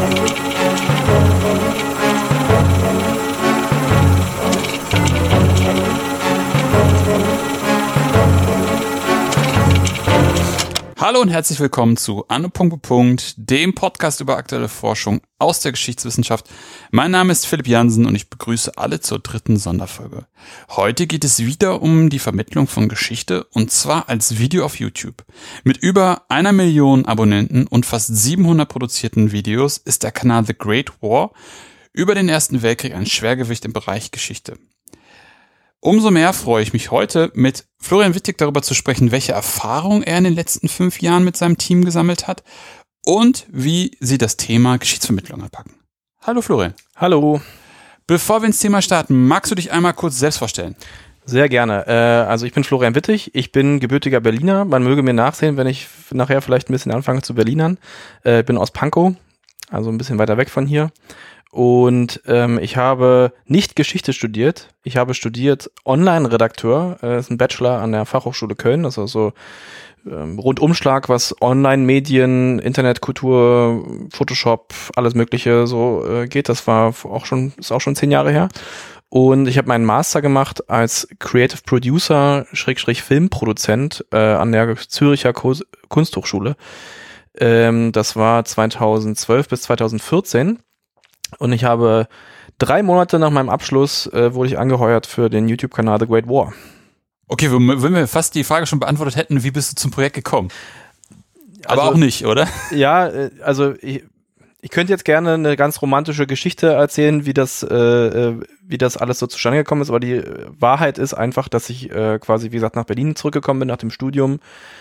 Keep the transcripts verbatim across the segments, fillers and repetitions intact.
Hallo und herzlich willkommen zu Anno. dem Podcast über aktuelle Forschung aus der Geschichtswissenschaft. Mein Name ist Philipp Jansen und ich begrüße alle zur dritten Sonderfolge. Heute geht es wieder um die Vermittlung von Geschichte und zwar als Video auf YouTube. Mit über einer Million Abonnenten und fast siebenhundert produzierten Videos ist der Kanal The Great War über den Ersten Weltkrieg ein Schwergewicht im Bereich Geschichte. Umso mehr freue ich mich heute, mit Florian Wittig darüber zu sprechen, welche Erfahrungen er in den letzten fünf Jahren mit seinem Team gesammelt hat und wie sie das Thema Geschichtsvermittlung anpacken. Hallo Florian. Hallo. Bevor wir ins Thema starten, magst du dich einmal kurz selbst vorstellen? Sehr gerne. Äh, also ich bin Florian Wittig, ich bin gebürtiger Berliner. Man möge mir nachsehen, wenn ich nachher vielleicht ein bisschen anfange zu Berlinern. Ich äh, bin aus Pankow, also ein bisschen weiter weg von hier. Und ähm, ich habe nicht Geschichte studiert, ich habe studiert Online-Redakteur, äh, ist ein Bachelor an der Fachhochschule Köln, das ist also ähm, Rundumschlag, was Online-Medien, Internetkultur, Photoshop, alles mögliche so äh, geht. Das war auch schon, ist auch schon zehn Jahre her. Und ich habe meinen Master gemacht als Creative Producer, Schrägstrich Filmproduzent äh, an der Züricher Kurs- Kunsthochschule. Ähm, das war zweitausendzwölf bis zweitausendvierzehn. Und ich habe drei Monate nach meinem Abschluss äh, wurde ich angeheuert für den YouTube-Kanal The Great War. Okay, wenn wir fast die Frage schon beantwortet hätten, wie bist du zum Projekt gekommen? Aber also, auch nicht, oder? Ja, äh, also ich, ich könnte jetzt gerne eine ganz romantische Geschichte erzählen, wie das, äh, wie das alles so zustande gekommen ist. Aber die Wahrheit ist einfach, dass ich äh, quasi, wie gesagt, nach Berlin zurückgekommen bin nach dem Studium.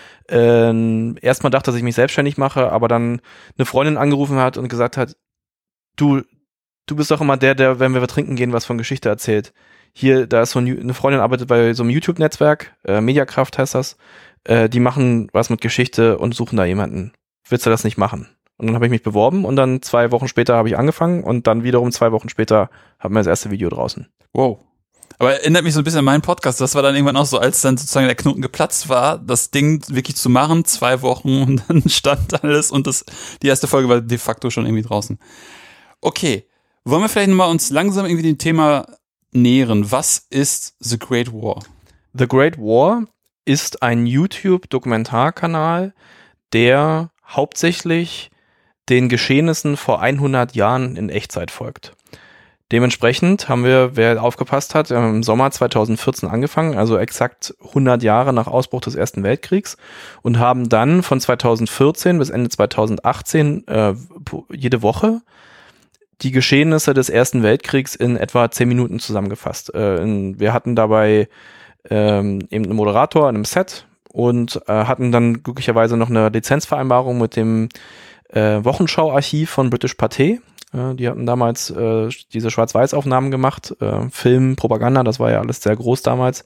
Äh, erstmal dachte, dass ich mich selbstständig mache, aber dann eine Freundin angerufen hat und gesagt hat, du Du bist doch immer der, der, wenn wir trinken gehen, was von Geschichte erzählt. Hier, da ist so ein, eine Freundin, arbeitet bei so einem YouTube-Netzwerk, äh, Mediakraft heißt das. Äh, die machen was mit Geschichte und suchen da jemanden. Willst du das nicht machen? Und dann habe ich mich beworben und dann zwei Wochen später habe ich angefangen und dann wiederum zwei Wochen später haben wir das erste Video draußen. Wow. Aber erinnert mich so ein bisschen an meinen Podcast. Das war dann irgendwann auch so, als dann sozusagen der Knoten geplatzt war, das Ding wirklich zu machen, zwei Wochen und dann stand alles und das, die erste Folge war de facto schon irgendwie draußen. Okay. Wollen wir vielleicht mal uns langsam irgendwie dem Thema nähern? Was ist The Great War? The Great War ist ein YouTube-Dokumentarkanal, der hauptsächlich den Geschehnissen vor hundert Jahren in Echtzeit folgt. Dementsprechend haben wir, wer aufgepasst hat, im Sommer zweitausendvierzehn angefangen, also exakt hundert Jahre nach Ausbruch des Ersten Weltkriegs und haben dann von zweitausendvierzehn bis Ende zweitausendachtzehn äh, jede Woche die Geschehnisse des Ersten Weltkriegs in etwa zehn Minuten zusammengefasst. Äh, in, wir hatten dabei ähm, eben einen Moderator in einem Set und äh, hatten dann glücklicherweise noch eine Lizenzvereinbarung mit dem äh, Wochenschau-Archiv von British Pathé. Äh, die hatten damals äh, diese Schwarz-Weiß-Aufnahmen gemacht, äh, Film, Propaganda, das war ja alles sehr groß damals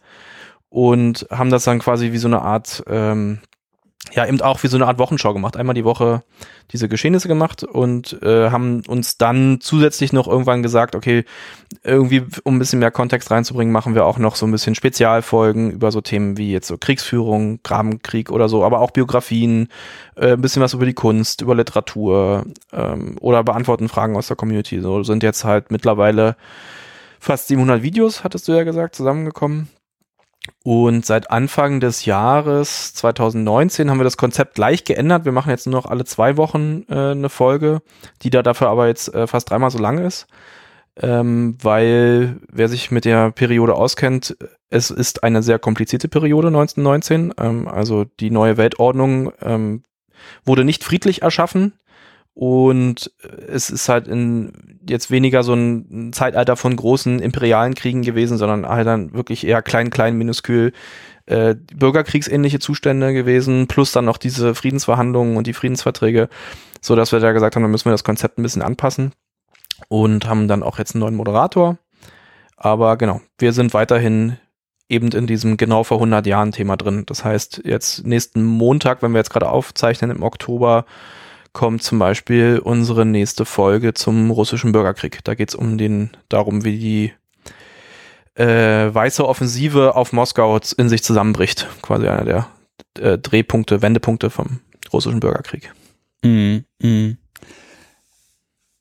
und haben das dann quasi wie so eine Art ähm, ja, eben auch wie so eine Art Wochenschau gemacht. Einmal die Woche diese Geschehnisse gemacht und äh, haben uns dann zusätzlich noch irgendwann gesagt, okay, irgendwie, um ein bisschen mehr Kontext reinzubringen, machen wir auch noch so ein bisschen Spezialfolgen über so Themen wie jetzt so Kriegsführung, Grabenkrieg oder so, aber auch Biografien, äh, ein bisschen was über die Kunst, über Literatur ähm, oder beantworten Fragen aus der Community. So sind jetzt halt mittlerweile fast siebenhundert Videos, hattest du ja gesagt, zusammengekommen. Und seit Anfang des Jahres zweitausendneunzehn haben wir das Konzept leicht geändert. Wir machen jetzt nur noch alle zwei Wochen äh, eine Folge, die da dafür aber jetzt äh, fast dreimal so lang ist. Ähm, weil, wer sich mit der Periode auskennt, es ist eine sehr komplizierte Periode neunzehnhundertneunzehn. Ähm, also die neue Weltordnung ähm, wurde nicht friedlich erschaffen. Und es ist halt in jetzt weniger so ein Zeitalter von großen imperialen Kriegen gewesen, sondern halt dann wirklich eher klein, klein, minuskül äh, bürgerkriegsähnliche Zustände gewesen, plus dann noch diese Friedensverhandlungen und die Friedensverträge, so dass wir da gesagt haben, dann müssen wir das Konzept ein bisschen anpassen und haben dann auch jetzt einen neuen Moderator. Aber genau, wir sind weiterhin eben in diesem genau vor hundert Jahren Thema drin. Das heißt, jetzt nächsten Montag, wenn wir jetzt gerade aufzeichnen im Oktober, kommt zum Beispiel unsere nächste Folge zum russischen Bürgerkrieg. Da geht es um den, darum, wie die äh, weiße Offensive auf Moskau in sich zusammenbricht. Quasi einer der äh, Drehpunkte, Wendepunkte vom russischen Bürgerkrieg. Mm, mm.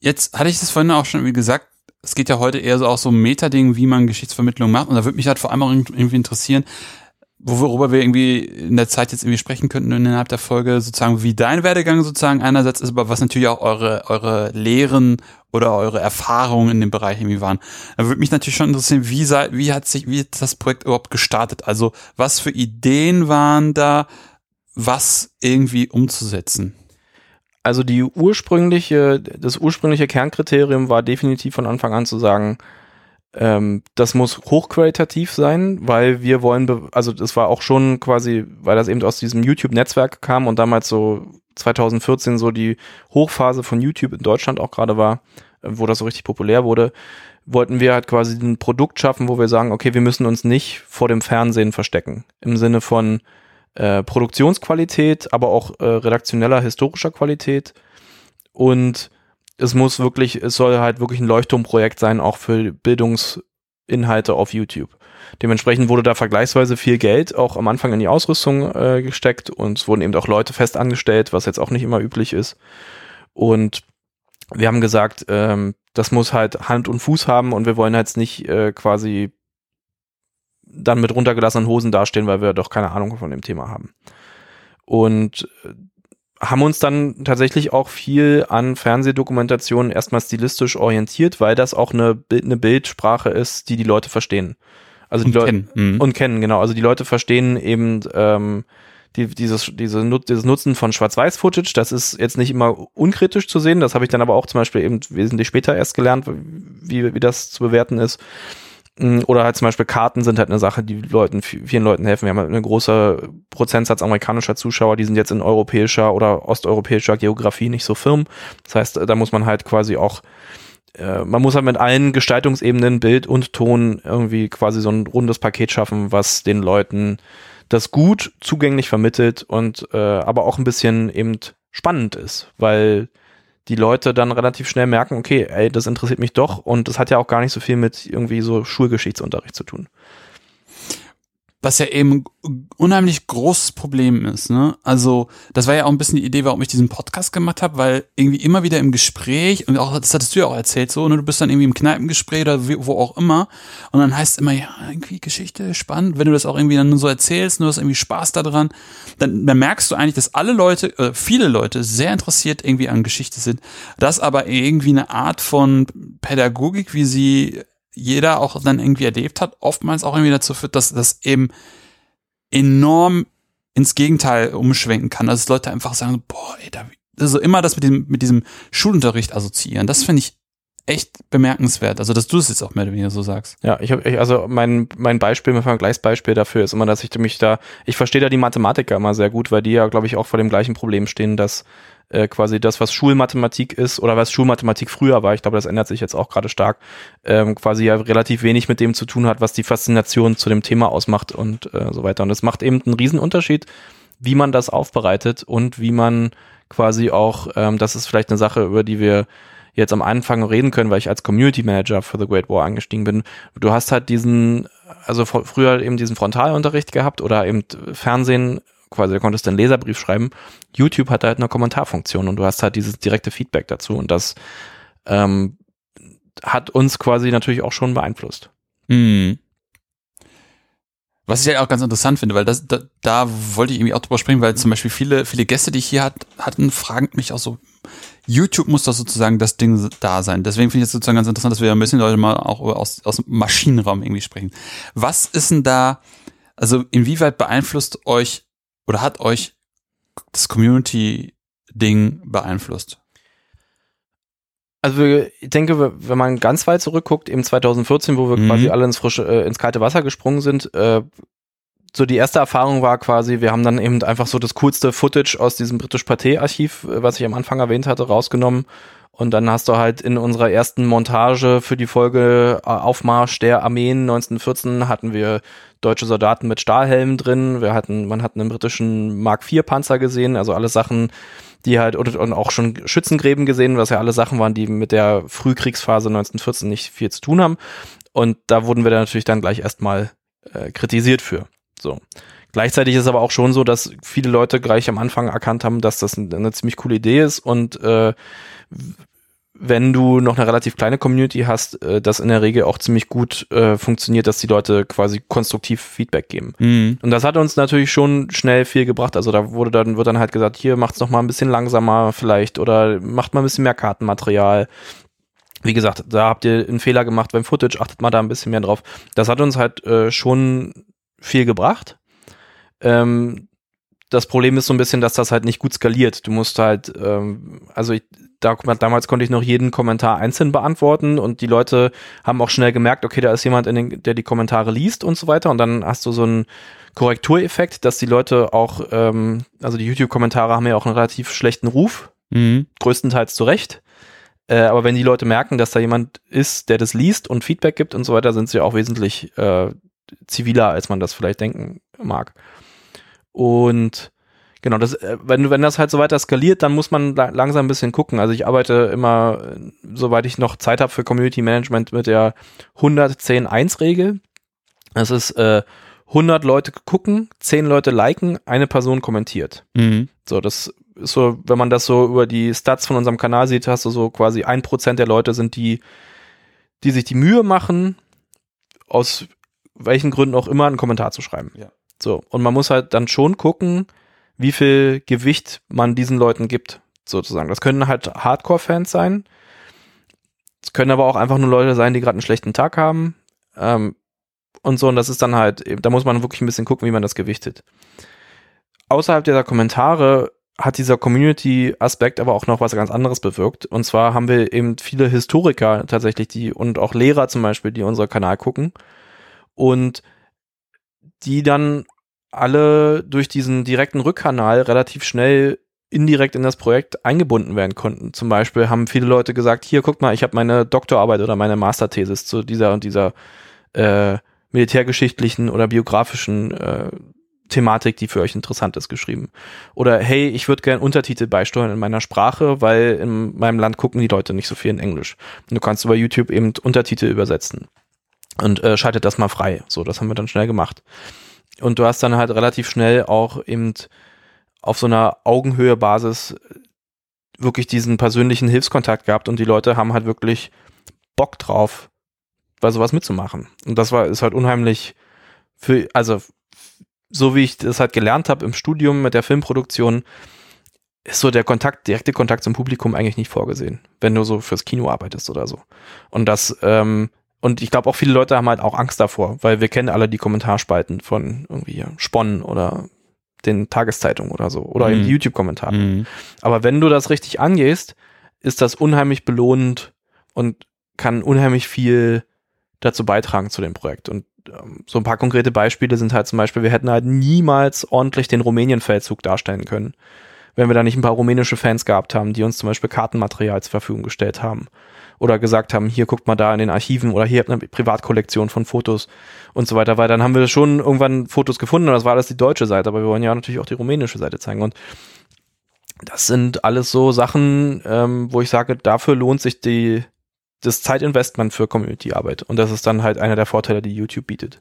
jetzt hatte ich das vorhin auch schon irgendwie gesagt, es geht ja heute eher so auch so um Metading, wie man Geschichtsvermittlung macht. Und da würde mich halt vor allem auch irgendwie interessieren, worüber wir irgendwie in der Zeit jetzt irgendwie sprechen könnten innerhalb der Folge, sozusagen wie dein Werdegang sozusagen einerseits ist, aber was natürlich auch eure eure Lehren oder eure Erfahrungen in dem Bereich irgendwie waren. Da würde mich natürlich schon interessieren, wie sei, wie hat sich wie hat das Projekt überhaupt gestartet? Also was für Ideen waren da, was irgendwie umzusetzen? Also die ursprüngliche, das ursprüngliche Kernkriterium war definitiv von Anfang an zu sagen, ähm, das muss hochqualitativ sein, weil wir wollen, be- also das war auch schon quasi, weil das eben aus diesem YouTube-Netzwerk kam und damals so zwanzig vierzehn so die Hochphase von YouTube in Deutschland auch gerade war, äh, wo das so richtig populär wurde, wollten wir halt quasi ein Produkt schaffen, wo wir sagen, okay, wir müssen uns nicht vor dem Fernsehen verstecken. Im Sinne von äh, Produktionsqualität, aber auch äh, redaktioneller, historischer Qualität. Und es muss wirklich, es soll halt wirklich ein Leuchtturmprojekt sein, auch für Bildungsinhalte auf YouTube. Dementsprechend wurde da vergleichsweise viel Geld auch am Anfang in die Ausrüstung äh, gesteckt und es wurden eben auch Leute fest angestellt, was jetzt auch nicht immer üblich ist. Und wir haben gesagt, ähm, das muss halt Hand und Fuß haben und wir wollen jetzt nicht äh, quasi dann mit runtergelassenen Hosen dastehen, weil wir doch keine Ahnung von dem Thema haben. Und äh, haben uns dann tatsächlich auch viel an Fernsehdokumentationen erstmal stilistisch orientiert, weil das auch eine, eine Bildsprache ist, die die Leute verstehen. Also die Leute mhm. und kennen, genau. Also die Leute verstehen eben ähm, die, dieses, diese, dieses Nutzen von Schwarz-Weiß-Footage. Das ist jetzt nicht immer unkritisch zu sehen. Das habe ich dann aber auch zum Beispiel eben wesentlich später erst gelernt, wie, wie das zu bewerten ist. Oder halt zum Beispiel Karten sind halt eine Sache, die Leuten, vielen Leuten helfen. Wir haben halt eine große Prozentsatz amerikanischer Zuschauer, die sind jetzt in europäischer oder osteuropäischer Geografie nicht so firm. Das heißt, da muss man halt quasi auch, äh, man muss halt mit allen Gestaltungsebenen, Bild und Ton irgendwie quasi so ein rundes Paket schaffen, was den Leuten das gut zugänglich vermittelt und äh, aber auch ein bisschen eben spannend ist, weil die Leute dann relativ schnell merken, okay, ey, das interessiert mich doch und das hat ja auch gar nicht so viel mit irgendwie so Schulgeschichtsunterricht zu tun. Was ja eben ein unheimlich großes Problem ist, ne? Also, das war ja auch ein bisschen die Idee, warum ich diesen Podcast gemacht habe, weil irgendwie immer wieder im Gespräch, und auch, das hattest du ja auch erzählt, so, ne, du bist dann irgendwie im Kneipengespräch oder wie, wo auch immer, und dann heißt es immer, ja, irgendwie Geschichte, spannend, wenn du das auch irgendwie dann so erzählst, du hast irgendwie Spaß daran, dann, dann merkst du eigentlich, dass alle Leute, äh, viele Leute sehr interessiert irgendwie an Geschichte sind, dass aber irgendwie eine Art von Pädagogik, wie sie jeder auch dann irgendwie erlebt hat, oftmals auch irgendwie dazu führt, dass das eben enorm ins Gegenteil umschwenken kann. Also dass Leute einfach sagen, boah, ey, da, also immer das mit diesem, mit diesem Schulunterricht assoziieren. Das finde ich echt bemerkenswert. Also dass du es jetzt auch mehr oder weniger so sagst. Ja, ich habe, also mein mein Beispiel, mein Vergleichsbeispiel dafür ist immer, dass ich mich da, ich verstehe da die Mathematiker immer sehr gut, weil die ja, glaube ich, auch vor dem gleichen Problem stehen, dass äh, quasi das, was Schulmathematik ist oder was Schulmathematik früher war, ich glaube, das ändert sich jetzt auch gerade stark, ähm, quasi ja relativ wenig mit dem zu tun hat, was die Faszination zu dem Thema ausmacht und äh, so weiter. Und es macht eben einen Riesenunterschied, wie man das aufbereitet und wie man quasi auch, ähm, das ist vielleicht eine Sache, über die wir jetzt am Anfang reden können, weil ich als Community Manager für The Great War angestiegen bin. Du hast halt diesen, also früher eben diesen Frontalunterricht gehabt oder eben Fernsehen, quasi da konntest du einen Leserbrief schreiben. YouTube hat halt eine Kommentarfunktion und du hast halt dieses direkte Feedback dazu und das ähm, hat uns quasi natürlich auch schon beeinflusst. Mhm. Was ich halt auch ganz interessant finde, weil das, da, da wollte ich irgendwie auch drüber sprechen, weil zum Beispiel viele, viele Gäste, die ich hier hat, hatten, fragen mich auch so, YouTube muss doch sozusagen das Ding da sein. Deswegen finde ich es sozusagen ganz interessant, dass wir ein bisschen Leute mal auch aus, aus dem Maschinenraum irgendwie sprechen. Was ist denn da, also inwieweit beeinflusst euch oder hat euch das Community-Ding beeinflusst? Also ich denke, wenn man ganz weit zurückguckt, eben zwanzig vierzehn, wo wir mhm. quasi alle ins frische, äh, ins kalte Wasser gesprungen sind, äh, so die erste Erfahrung war quasi, wir haben dann eben einfach so das coolste Footage aus diesem British Pathé-Archiv, was ich am Anfang erwähnt hatte, rausgenommen. Und dann hast du halt in unserer ersten Montage für die Folge Aufmarsch der Armeen neunzehnhundertvierzehn hatten wir deutsche Soldaten mit Stahlhelmen drin. Wir hatten, man hat einen britischen Mark vier Panzer gesehen, also alle Sachen, die halt, und, und auch schon Schützengräben gesehen, was ja alle Sachen waren, die mit der Frühkriegsphase neunzehnhundertvierzehn nicht viel zu tun haben. Und da wurden wir dann natürlich dann gleich erstmal äh, kritisiert für. So. Gleichzeitig ist aber auch schon so, dass viele Leute gleich am Anfang erkannt haben, dass das eine ziemlich coole Idee ist und äh, wenn du noch eine relativ kleine Community hast, äh, das in der Regel auch ziemlich gut äh, funktioniert, dass die Leute quasi konstruktiv Feedback geben. Mhm. Und das hat uns natürlich schon schnell viel gebracht. Also da wurde dann, wird dann halt gesagt, hier macht's noch mal ein bisschen langsamer vielleicht oder macht mal ein bisschen mehr Kartenmaterial. Wie gesagt, da habt ihr einen Fehler gemacht beim Footage, achtet mal da ein bisschen mehr drauf. Das hat uns halt äh, schon viel gebracht. Ähm, das Problem ist so ein bisschen, dass das halt nicht gut skaliert. Du musst halt, ähm, also ich, da, damals konnte ich noch jeden Kommentar einzeln beantworten und die Leute haben auch schnell gemerkt, okay, da ist jemand, in den, der die Kommentare liest und so weiter und dann hast du so einen Korrektureffekt, dass die Leute auch, ähm, also die YouTube-Kommentare haben ja auch einen relativ schlechten Ruf, Mhm. größtenteils zu Recht. Äh, aber wenn die Leute merken, dass da jemand ist, der das liest und Feedback gibt und so weiter, sind sie auch wesentlich äh, ziviler, als man das vielleicht denken mag. Und genau, das, wenn, wenn das halt so weiter skaliert, dann muss man la- langsam ein bisschen gucken. Also ich arbeite immer, soweit ich noch Zeit habe für Community Management, mit der hundertzehn eins Regel. Das ist äh, hundert Leute gucken, zehn Leute liken, eine Person kommentiert. Mhm. So, das ist so, wenn man das so über die Stats von unserem Kanal sieht, hast du so quasi ein Prozent der Leute sind die, die sich die Mühe machen, aus welchen Gründen auch immer einen Kommentar zu schreiben. Ja. So, und man muss halt dann schon gucken, wie viel Gewicht man diesen Leuten gibt, sozusagen. Das können halt Hardcore-Fans sein. Es können aber auch einfach nur Leute sein, die gerade einen schlechten Tag haben. Ähm, und so, und das ist dann halt, da muss man wirklich ein bisschen gucken, wie man das gewichtet. Außerhalb dieser Kommentare hat dieser Community-Aspekt aber auch noch was ganz anderes bewirkt. Und zwar haben wir eben viele Historiker tatsächlich, die und auch Lehrer zum Beispiel, die unseren Kanal gucken. Und die dann alle durch diesen direkten Rückkanal relativ schnell indirekt in das Projekt eingebunden werden konnten. Zum Beispiel haben viele Leute gesagt, hier, guckt mal, ich habe meine Doktorarbeit oder meine Masterthesis zu dieser und dieser äh, militärgeschichtlichen oder biografischen äh, Thematik, die für euch interessant ist, geschrieben. Oder hey, ich würde gerne Untertitel beisteuern in meiner Sprache, weil in meinem Land gucken die Leute nicht so viel in Englisch. Und du kannst über YouTube eben Untertitel übersetzen. Und äh, schaltet das mal frei. So, das haben wir dann schnell gemacht. Und du hast dann halt relativ schnell auch eben auf so einer Augenhöhe-Basis wirklich diesen persönlichen Hilfskontakt gehabt und die Leute haben halt wirklich Bock drauf, bei sowas mitzumachen. Und das war, ist halt unheimlich für, also so wie ich das halt gelernt habe im Studium mit der Filmproduktion, ist so der Kontakt, direkte Kontakt zum Publikum eigentlich nicht vorgesehen, wenn du so fürs Kino arbeitest oder so. Und das, ähm, Und ich glaube auch viele Leute haben halt auch Angst davor, weil wir kennen alle die Kommentarspalten von irgendwie Spon oder den Tageszeitungen oder so oder Mhm. eben die YouTube-Kommentare. Mhm. Aber wenn du das richtig angehst, ist das unheimlich belohnend und kann unheimlich viel dazu beitragen zu dem Projekt. Und ähm, so ein paar konkrete Beispiele sind halt zum Beispiel, wir hätten halt niemals ordentlich den Rumänien-Feldzug darstellen können, wenn wir da nicht ein paar rumänische Fans gehabt haben, die uns zum Beispiel Kartenmaterial zur Verfügung gestellt haben. Oder gesagt haben, hier guckt mal da in den Archiven oder hier habt ihr eine Privatkollektion von Fotos und so weiter, weil dann haben wir schon irgendwann Fotos gefunden und das war alles die deutsche Seite, aber wir wollen ja natürlich auch die rumänische Seite zeigen und das sind alles so Sachen, ähm, wo ich sage, dafür lohnt sich die, das Zeitinvestment für Community-Arbeit und das ist dann halt einer der Vorteile, die YouTube bietet.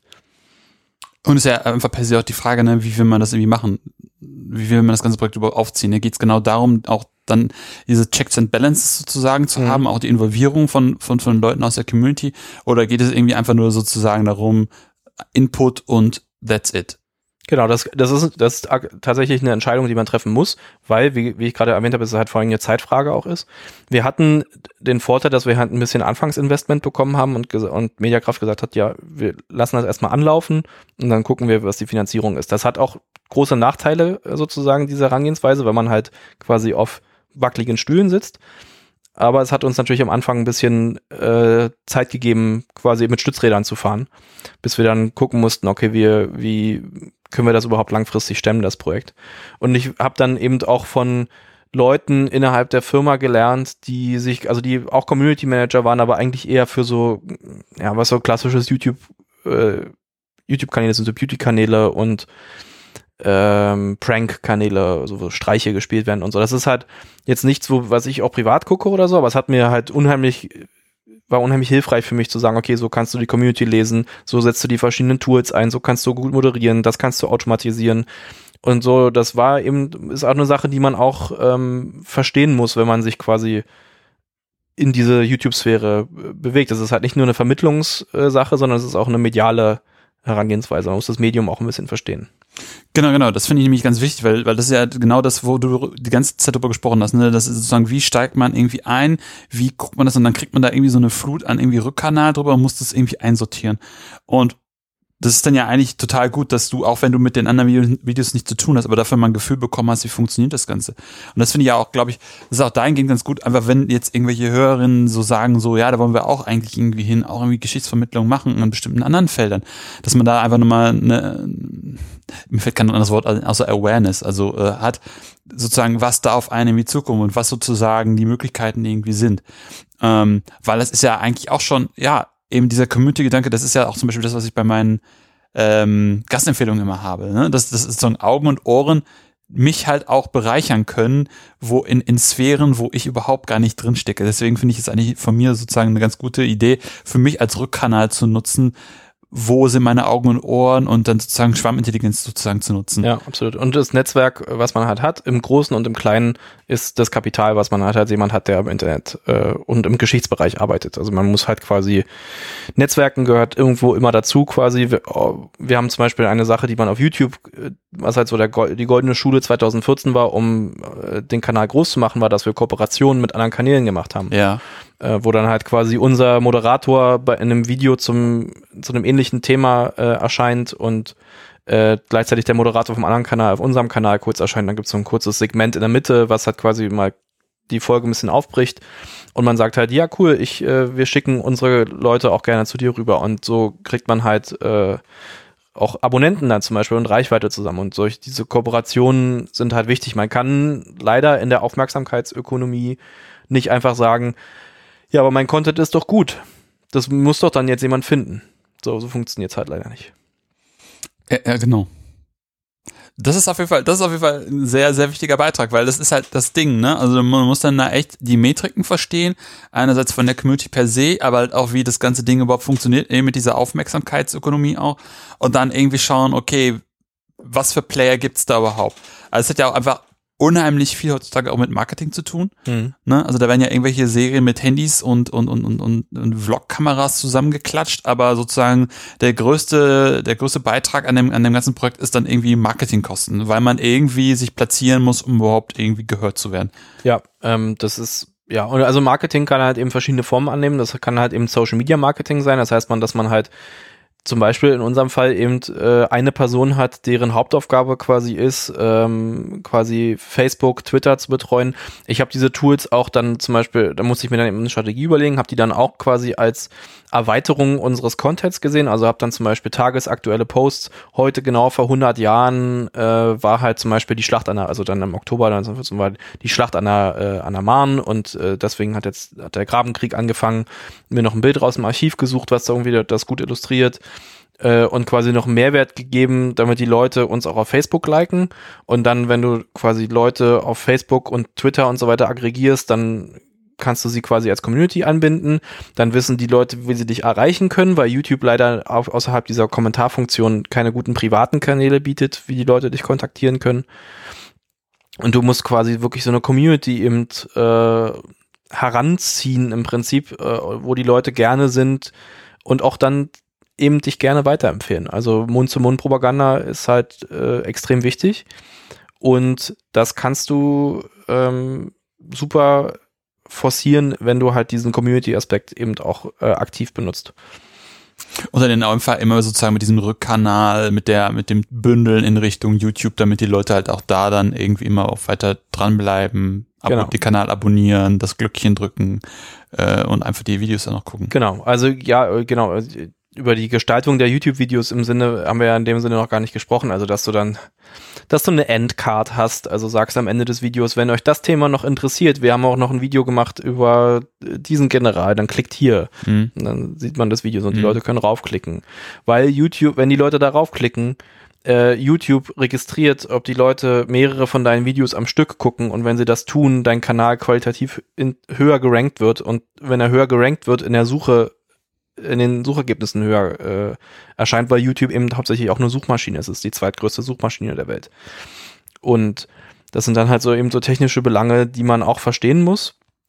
Und es ist ja einfach per se auch die Frage, ne, wie will man das irgendwie machen? Wie will man das ganze Projekt überhaupt aufziehen? Hier geht es genau darum, auch dann diese Checks and Balances sozusagen zu Mhm. haben, auch die Involvierung von, von, von Leuten aus der Community? Oder geht es irgendwie einfach nur sozusagen darum, Input und that's it? Genau, das, das ist, das ist tatsächlich eine Entscheidung, die man treffen muss, weil, wie, wie ich gerade erwähnt habe, es halt vor allem eine Zeitfrage auch ist. Wir hatten den Vorteil, dass wir halt ein bisschen Anfangsinvestment bekommen haben und, und Mediakraft gesagt hat, ja, wir lassen das erstmal anlaufen und dann gucken wir, was die Finanzierung ist. Das hat auch große Nachteile sozusagen, diese Herangehensweise, weil man halt quasi auf wackeligen Stühlen sitzt. Aber es hat uns natürlich am Anfang ein bisschen äh, Zeit gegeben, quasi mit Stützrädern zu fahren, bis wir dann gucken mussten, okay, wir, wie können wir das überhaupt langfristig stemmen, das Projekt. Und ich habe dann eben auch von Leuten innerhalb der Firma gelernt, die sich, also die auch Community Manager waren, aber eigentlich eher für so, ja, was so klassisches YouTube, äh, YouTube-Kanäle sind, so Beauty-Kanäle und ähm, Prank-Kanäle, so wo Streiche gespielt werden und so. Das ist halt jetzt nichts, wo, was ich auch privat gucke oder so, aber es hat mir halt unheimlich, war unheimlich hilfreich für mich zu sagen, okay, so kannst du die Community lesen, so setzt du die verschiedenen Tools ein, so kannst du gut moderieren, das kannst du automatisieren und so. Das war eben, ist auch eine Sache, die man auch ähm, verstehen muss, wenn man sich quasi in diese YouTube-Sphäre bewegt. Das ist halt nicht nur eine Vermittlungssache, sondern es ist auch eine mediale Herangehensweise. Man muss das Medium auch ein bisschen verstehen. Genau, genau. Das finde ich nämlich ganz wichtig, weil, weil das ist ja genau das, wo du die ganze Zeit drüber gesprochen hast. Ne? Das ist sozusagen, wie steigt man irgendwie ein, wie guckt man das und dann kriegt man da irgendwie so eine Flut an irgendwie Rückkanal drüber und muss das irgendwie einsortieren. Und das ist dann ja eigentlich total gut, dass du, auch wenn du mit den anderen Videos nichts zu tun hast, aber dafür mal ein Gefühl bekommen hast, wie funktioniert das Ganze. Und das finde ich ja auch, glaube ich, das ist auch dahingehend ganz gut, einfach wenn jetzt irgendwelche Hörerinnen so sagen, so, ja, da wollen wir auch eigentlich irgendwie hin, auch irgendwie Geschichtsvermittlung machen in bestimmten anderen Feldern, dass man da einfach nochmal eine, mir fällt kein anderes Wort außer Awareness, also äh, hat sozusagen, was da auf einen irgendwie zukommt und was sozusagen die Möglichkeiten irgendwie sind. Ähm, weil das ist ja eigentlich auch schon, ja, eben dieser Community-Gedanke, das ist ja auch zum Beispiel das, was ich bei meinen ähm, Gastempfehlungen immer habe. Ne? Das, das ist so ein Augen und Ohren mich halt auch bereichern können, wo in, in Sphären, wo ich überhaupt gar nicht drin stecke. Deswegen finde ich es eigentlich von mir sozusagen eine ganz gute Idee, für mich als Rückkanal zu nutzen, wo sind meine Augen und Ohren und dann sozusagen Schwarmintelligenz sozusagen zu nutzen. Ja, absolut. Und das Netzwerk, was man halt hat, im Großen und im Kleinen, ist das Kapital, was man halt hat. Jemand hat, der im Internet äh, und im Geschichtsbereich arbeitet. Also man muss halt quasi, Netzwerken gehört irgendwo immer dazu quasi. Wir, wir haben zum Beispiel eine Sache, die man auf YouTube, was halt so der, die goldene Schule zweitausendvierzehn war, um äh, den Kanal groß zu machen, war, dass wir Kooperationen mit anderen Kanälen gemacht haben. Ja. Äh, wo dann halt quasi unser Moderator bei einem Video zum zu einem ähnlichen Thema äh, erscheint und äh, gleichzeitig der Moderator vom anderen Kanal auf unserem Kanal kurz erscheint. Dann gibt es so ein kurzes Segment in der Mitte, was halt quasi mal die Folge ein bisschen aufbricht und man sagt halt, ja cool, ich äh, wir schicken unsere Leute auch gerne zu dir rüber und so kriegt man halt äh, auch Abonnenten dann zum Beispiel und Reichweite zusammen und solche diese Kooperationen sind halt wichtig. Man kann leider in der Aufmerksamkeitsökonomie nicht einfach sagen, ja, aber mein Content ist doch gut. Das muss doch dann jetzt jemand finden. So, so funktioniert es halt leider nicht. Ja, ja, genau. Das ist auf jeden Fall, das ist auf jeden Fall ein sehr, sehr wichtiger Beitrag, weil das ist halt das Ding, ne? Also man muss dann da echt die Metriken verstehen. Einerseits von der Community per se, aber halt auch, wie das ganze Ding überhaupt funktioniert, eben mit dieser Aufmerksamkeitsökonomie auch. Und dann irgendwie schauen, okay, was für Player gibt's da überhaupt? Also es hat ja auch einfach unheimlich viel heutzutage auch mit Marketing zu tun. Mhm. Ne? Also da werden ja irgendwelche Serien mit Handys und und und und und, und Vlog-Kameras zusammengeklatscht, aber sozusagen der größte der größte Beitrag an dem an dem ganzen Projekt ist dann irgendwie Marketingkosten, weil man irgendwie sich platzieren muss, um überhaupt irgendwie gehört zu werden. Ja, ähm, das ist ja, und also Marketing kann halt eben verschiedene Formen annehmen. Das kann halt eben Social Media Marketing sein. Das heißt man, dass man halt zum Beispiel in unserem Fall eben äh, eine Person hat, deren Hauptaufgabe quasi ist, ähm, quasi Facebook, Twitter zu betreuen. Ich habe diese Tools auch dann zum Beispiel, da musste ich mir dann eben eine Strategie überlegen, habe die dann auch quasi als Erweiterung unseres Contents gesehen. Also habe dann zum Beispiel tagesaktuelle Posts. Heute genau vor hundert Jahren äh, war halt zum Beispiel die Schlacht an der, also dann im Oktober neunzehnhundertvierzehn war die Schlacht an der, äh, an der Marne und äh, deswegen hat jetzt hat der Grabenkrieg angefangen. Mir noch ein Bild aus dem Archiv gesucht, was da irgendwie das gut illustriert. Und quasi noch einen Mehrwert gegeben, damit die Leute uns auch auf Facebook liken. Und dann, wenn du quasi Leute auf Facebook und Twitter und so weiter aggregierst, dann kannst du sie quasi als Community anbinden. Dann wissen die Leute, wie sie dich erreichen können, weil YouTube leider au- außerhalb dieser Kommentarfunktion keine guten privaten Kanäle bietet, wie die Leute dich kontaktieren können. Und du musst quasi wirklich so eine Community eben äh, heranziehen im Prinzip, äh, wo die Leute gerne sind und auch dann eben dich gerne weiterempfehlen. Also Mund-zu-Mund-Propaganda ist halt äh, extrem wichtig und das kannst du ähm, super forcieren, wenn du halt diesen Community-Aspekt eben auch äh, aktiv benutzt. Und dann in eurem Fall immer sozusagen mit diesem Rückkanal, mit der, mit dem Bündeln in Richtung YouTube, damit die Leute halt auch da dann irgendwie immer auch weiter dranbleiben, ab- Genau. den Kanal abonnieren, das Glöckchen drücken äh, und einfach die Videos dann noch gucken. Genau, also ja, äh, genau, über die Gestaltung der YouTube-Videos im Sinne, haben wir ja in dem Sinne noch gar nicht gesprochen, also dass du dann, dass du eine Endcard hast, also sagst am Ende des Videos, wenn euch das Thema noch interessiert, wir haben auch noch ein Video gemacht über diesen General, dann klickt hier, mhm. und dann sieht man das Video und mhm. die Leute können raufklicken, weil YouTube, wenn die Leute da raufklicken, äh, YouTube registriert, ob die Leute mehrere von deinen Videos am Stück gucken und wenn sie das tun, dein Kanal qualitativ in, höher gerankt wird und wenn er höher gerankt wird in der Suche, in den Suchergebnissen höher äh, erscheint, weil YouTube eben hauptsächlich auch eine Suchmaschine ist. Es ist die zweitgrößte Suchmaschine der Welt. Und das sind dann halt so eben so technische Belange, die man auch verstehen muss.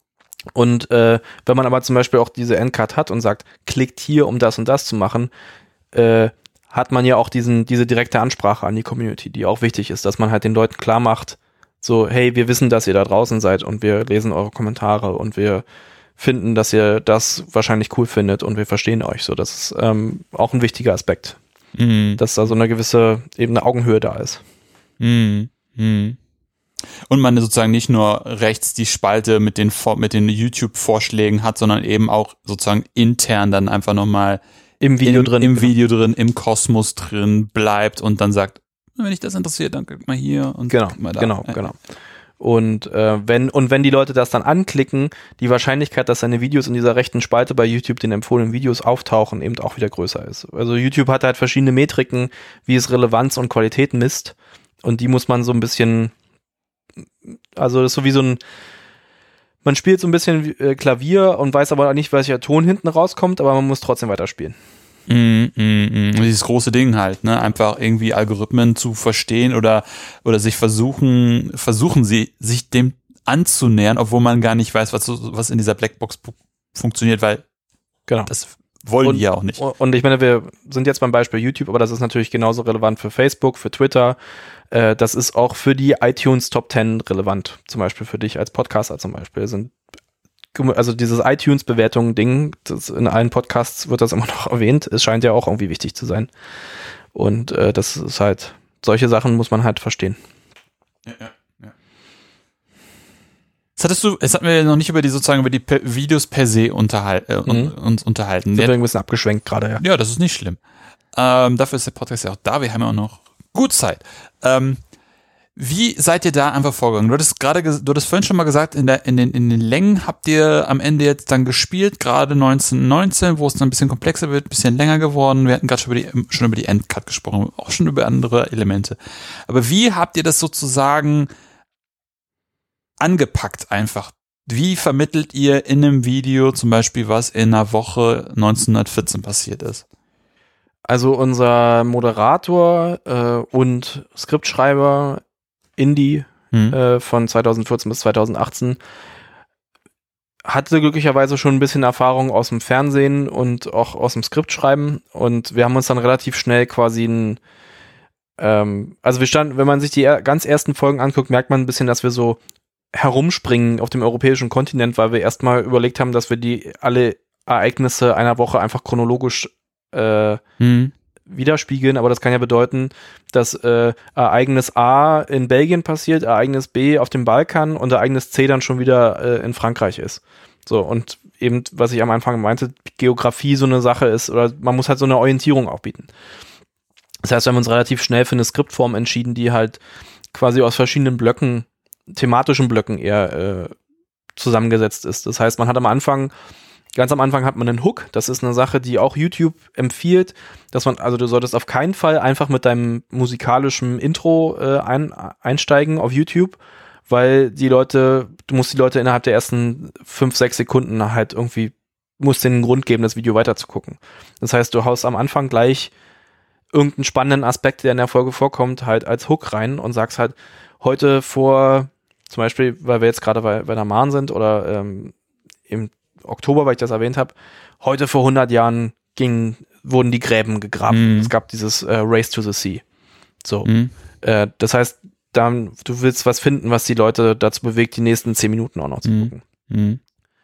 Und äh, wenn man aber zum Beispiel auch diese Endcard hat und sagt, klickt hier, um das und das zu machen, äh, hat man ja auch diesen diese direkte Ansprache an die Community, die auch wichtig ist, dass man halt den Leuten klar macht, so, hey, wir wissen, dass ihr da draußen seid und wir lesen eure Kommentare und wir finden, dass ihr das wahrscheinlich cool findet und wir verstehen euch. So, das ist ähm, auch ein wichtiger Aspekt, Mhm. dass da so eine gewisse eben eine Augenhöhe da ist. Mhm. Mhm. Und man sozusagen nicht nur rechts die Spalte mit den Vor- mit den YouTube-Vorschlägen hat, sondern eben auch sozusagen intern dann einfach nochmal Im Video im, drin. im genau. Video drin, im Kosmos drin bleibt und dann sagt, wenn dich das interessiert, dann klick mal hier und Genau, klick mal da. genau, Ja. genau. Und äh, wenn und wenn die Leute das dann anklicken, die Wahrscheinlichkeit, dass seine Videos in dieser rechten Spalte bei YouTube, den empfohlenen Videos auftauchen, eben auch wieder größer ist. Also YouTube hat halt verschiedene Metriken, wie es Relevanz und Qualität misst, und die muss man so ein bisschen, also das ist so wie so ein, man spielt so ein bisschen äh, Klavier und weiß aber nicht, welcher Ton hinten rauskommt, aber man muss trotzdem weiterspielen. Mm, mm, mm. Dieses große Ding halt, ne? Einfach irgendwie Algorithmen zu verstehen oder, oder sich versuchen, versuchen sie, sich dem anzunähern, obwohl man gar nicht weiß, was, so- was in dieser Blackbox pu- funktioniert, weil Genau. das wollen Und- die ja auch nicht. Und ich meine, wir sind jetzt beim Beispiel YouTube, aber das ist natürlich genauso relevant für Facebook, für Twitter. Äh, das ist auch für die iTunes Top zehn relevant. Zum Beispiel für dich als Podcaster zum Beispiel. Sind, also dieses iTunes-Bewertungen-Ding, das in allen Podcasts wird das immer noch erwähnt. Es scheint ja auch irgendwie wichtig zu sein. Und äh, das ist halt, solche Sachen muss man halt verstehen. Ja, ja, ja. Jetzt hattest du, jetzt hatten wir ja noch nicht über die sozusagen über die per Videos per se unterhal äh, Mhm. uns unterhalten. Sind wir Der, ein bisschen abgeschwenkt gerade, ja. ja, das ist nicht schlimm. Ähm, dafür ist der Podcast ja auch da. Wir haben ja auch noch gut Zeit. Ähm, wie seid ihr da einfach vorgegangen? Du hattest gerade, ges- du hattest vorhin schon mal gesagt, in, der, in, den, in den Längen habt ihr am Ende jetzt dann gespielt, gerade neunzehn neunzehn, wo es dann ein bisschen komplexer wird, ein bisschen länger geworden. Wir hatten gerade schon über die, schon über die Endcut gesprochen, auch schon über andere Elemente. Aber wie habt ihr das sozusagen angepackt einfach? Wie vermittelt ihr in einem Video zum Beispiel, was in einer Woche neunzehnhundertvierzehn passiert ist? Also unser Moderator äh, und Skriptschreiber Indy Hm? äh, von zweitausendvierzehn bis zweitausendachtzehn hatte glücklicherweise schon ein bisschen Erfahrung aus dem Fernsehen und auch aus dem Skriptschreiben, und wir haben uns dann relativ schnell quasi ein ähm, also wir standen, wenn man sich die er- ganz ersten Folgen anguckt, merkt man ein bisschen, dass wir so herumspringen auf dem europäischen Kontinent, weil wir erstmal überlegt haben, dass wir die alle Ereignisse einer Woche einfach chronologisch äh, Hm? widerspiegeln, aber das kann ja bedeuten, dass äh, Ereignis A in Belgien passiert, Ereignis B auf dem Balkan und Ereignis C dann schon wieder äh, in Frankreich ist. So, und eben, was ich am Anfang meinte, Geografie so eine Sache ist, oder man muss halt so eine Orientierung auch bieten. Das heißt, wir haben uns relativ schnell für eine Skriptform entschieden, die halt quasi aus verschiedenen Blöcken, thematischen Blöcken eher äh, zusammengesetzt ist. Das heißt, man hat am Anfang Ganz am Anfang hat man einen Hook. Das ist eine Sache, die auch YouTube empfiehlt, dass man, also du solltest auf keinen Fall einfach mit deinem musikalischen Intro äh, ein, einsteigen auf YouTube, weil die Leute, du musst die Leute innerhalb der ersten fünf, sechs Sekunden halt irgendwie, musst denen einen Grund geben, das Video weiterzugucken. Das heißt, du haust am Anfang gleich irgendeinen spannenden Aspekt, der in der Folge vorkommt, halt als Hook rein und sagst halt, heute vor, zum Beispiel, weil wir jetzt gerade bei, bei der Mahn sind oder ähm, im Oktober, weil ich das erwähnt habe, heute vor hundert Jahren ging, wurden die Gräben gegraben. Mhm. Es gab dieses äh, Race to the Sea. So. Hm? Äh, das heißt, dann, du willst was finden, was die Leute dazu bewegt, die nächsten zehn Minuten auch noch zu Mhm. gucken. Hm?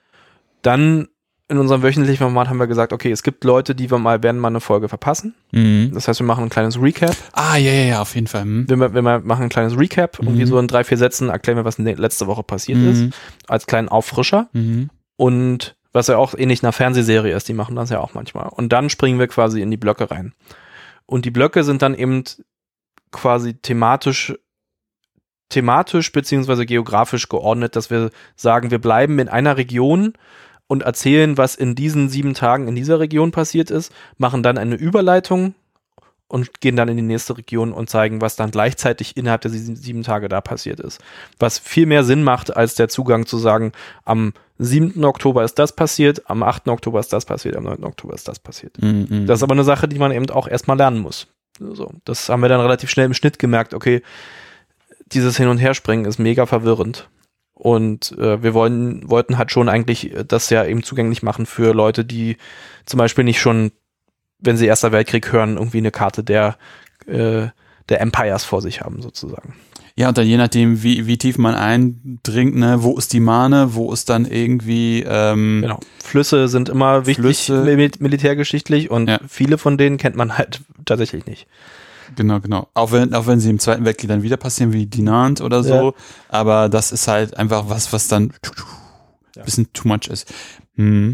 Dann in unserem wöchentlichen Format haben wir gesagt, okay, es gibt Leute, die wir mal, werden mal eine Folge verpassen. Hm? Das heißt, wir machen ein kleines Recap. Ah, ja, ja, ja, auf jeden Fall. Hm? Wir, wir machen ein kleines Recap, irgendwie Mhm. so in drei, vier Sätzen erklären wir, was in der- letzte Woche passiert Mhm. ist, als kleinen Auffrischer. Mhm. Und was ja auch ähnlich einer Fernsehserie ist, die machen das ja auch manchmal. Und dann springen wir quasi in die Blöcke rein. Und die Blöcke sind dann eben quasi thematisch, thematisch beziehungsweise geografisch geordnet, dass wir sagen, wir bleiben in einer Region und erzählen, was in diesen sieben Tagen in dieser Region passiert ist, machen dann eine Überleitung und gehen dann in die nächste Region und zeigen, was dann gleichzeitig innerhalb der sieben, sieben Tage da passiert ist. Was viel mehr Sinn macht, als der Zugang zu sagen, am siebten Oktober ist das passiert, am achten Oktober ist das passiert, am neunten Oktober ist das passiert. Hm, hm. Das ist aber eine Sache, die man eben auch erstmal lernen muss. So, das haben wir dann relativ schnell im Schnitt gemerkt, okay, dieses Hin- und Herspringen ist mega verwirrend. Und äh, wir wollen, wollten halt schon eigentlich das ja eben zugänglich machen für Leute, die zum Beispiel nicht schon, wenn sie Erster Weltkrieg hören, irgendwie eine Karte der, äh, der Empires vor sich haben, sozusagen. Ja, und dann je nachdem, wie, wie tief man eindringt, ne, wo ist die Mahne, wo ist dann irgendwie ähm, genau. Flüsse sind immer wichtig mil- militärgeschichtlich und ja. viele von denen kennt man halt tatsächlich nicht. Genau, genau. Auch wenn, auch wenn sie im Zweiten Weltkrieg dann wieder passieren, wie Dinant oder so. Ja. Aber das ist halt einfach was, was dann ein bisschen too much ist. Hm.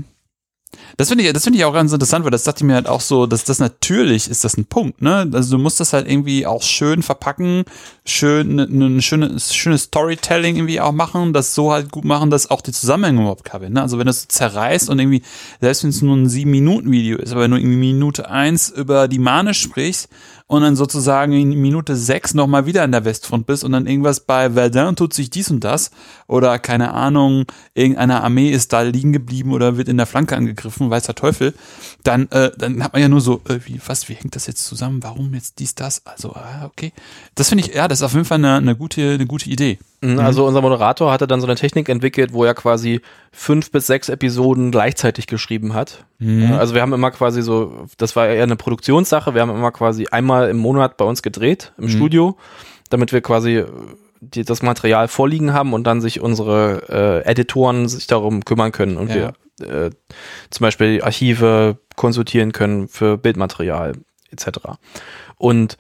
Das finde ich, das finde ich auch ganz interessant, weil das dachte ich mir halt auch so, dass das natürlich ist das ein Punkt, ne? Also du musst das halt irgendwie auch schön verpacken, schön, ein schönes, schönes Storytelling irgendwie auch machen, das so halt gut machen, dass auch die Zusammenhänge überhaupt kamen, ne? Also wenn du es zerreißt und irgendwie, selbst wenn es nur ein sieben Minuten Video ist, aber wenn du irgendwie Minute eins über die Mahne sprichst und dann sozusagen in Minute sechs nochmal wieder an der Westfront bist und dann irgendwas bei Verdun tut sich dies und das oder keine Ahnung, irgendeine Armee ist da liegen geblieben oder wird in der Flanke angegriffen, weiß der Teufel, dann, äh, dann hat man ja nur so, äh, wie, was, wie hängt das jetzt zusammen, warum jetzt dies, das, also, ah, okay. Das finde ich, ja, das ist auf jeden Fall eine, eine gute, eine gute Idee. Also unser Moderator hatte dann so eine Technik entwickelt, wo er quasi fünf bis sechs Episoden gleichzeitig geschrieben hat. Mhm. Also wir haben immer quasi so, das war eher eine Produktionssache, wir haben immer quasi einmal im Monat bei uns gedreht im mhm. Studio, damit wir quasi die, das Material vorliegen haben und dann sich unsere äh, Editoren sich darum kümmern können und ja. wir äh, zum Beispiel Archive konsultieren können für Bildmaterial et cetera. Und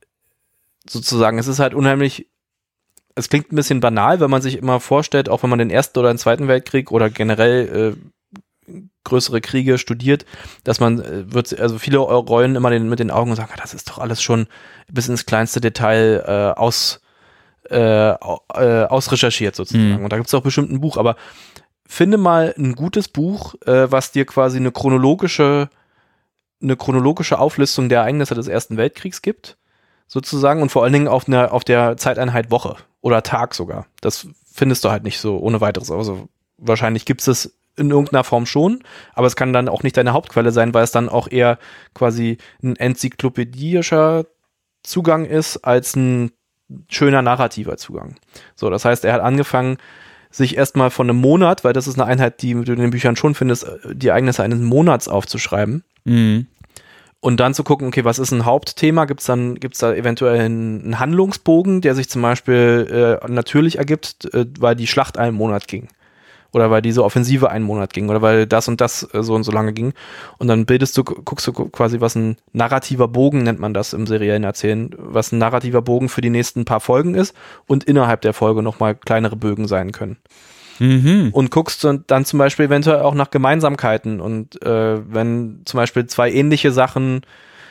sozusagen, es ist halt unheimlich. Es klingt ein bisschen banal, wenn man sich immer vorstellt, auch wenn man den Ersten oder den Zweiten Weltkrieg oder generell äh, größere Kriege studiert, dass man äh, wird, also viele rollen immer den, mit den Augen und sagen, das ist doch alles schon bis ins kleinste Detail äh, aus, äh, äh, ausrecherchiert sozusagen. Mhm. Und da gibt es auch bestimmt ein Buch, aber finde mal ein gutes Buch, äh, was dir quasi eine chronologische, eine chronologische Auflistung der Ereignisse des Ersten Weltkriegs gibt, sozusagen, und vor allen Dingen auf, einer, auf der Zeiteinheit Woche oder Tag sogar. Das findest du halt nicht so ohne weiteres. Also wahrscheinlich gibt es es in irgendeiner Form schon, aber es kann dann auch nicht deine Hauptquelle sein, weil es dann auch eher quasi ein enzyklopädischer Zugang ist als ein schöner narrativer Zugang. So, das heißt, er hat angefangen, sich erstmal von einem Monat, weil das ist eine Einheit, die du in den Büchern schon findest, die Ereignisse eines Monats aufzuschreiben. Mhm. Und dann zu gucken, okay, was ist ein Hauptthema? Gibt's dann, gibt's da eventuell einen, einen Handlungsbogen, der sich zum Beispiel äh, natürlich ergibt, äh, weil die Schlacht einen Monat ging. Oder weil diese Offensive einen Monat ging. Oder weil das und das äh, so und so lange ging. Und dann bildest du, guckst du quasi, was ein narrativer Bogen, nennt man das im seriellen Erzählen, was ein narrativer Bogen für die nächsten paar Folgen ist und innerhalb der Folge nochmal kleinere Bögen sein können. Mhm. Und guckst dann zum Beispiel eventuell auch nach Gemeinsamkeiten und äh, wenn zum Beispiel zwei ähnliche Sachen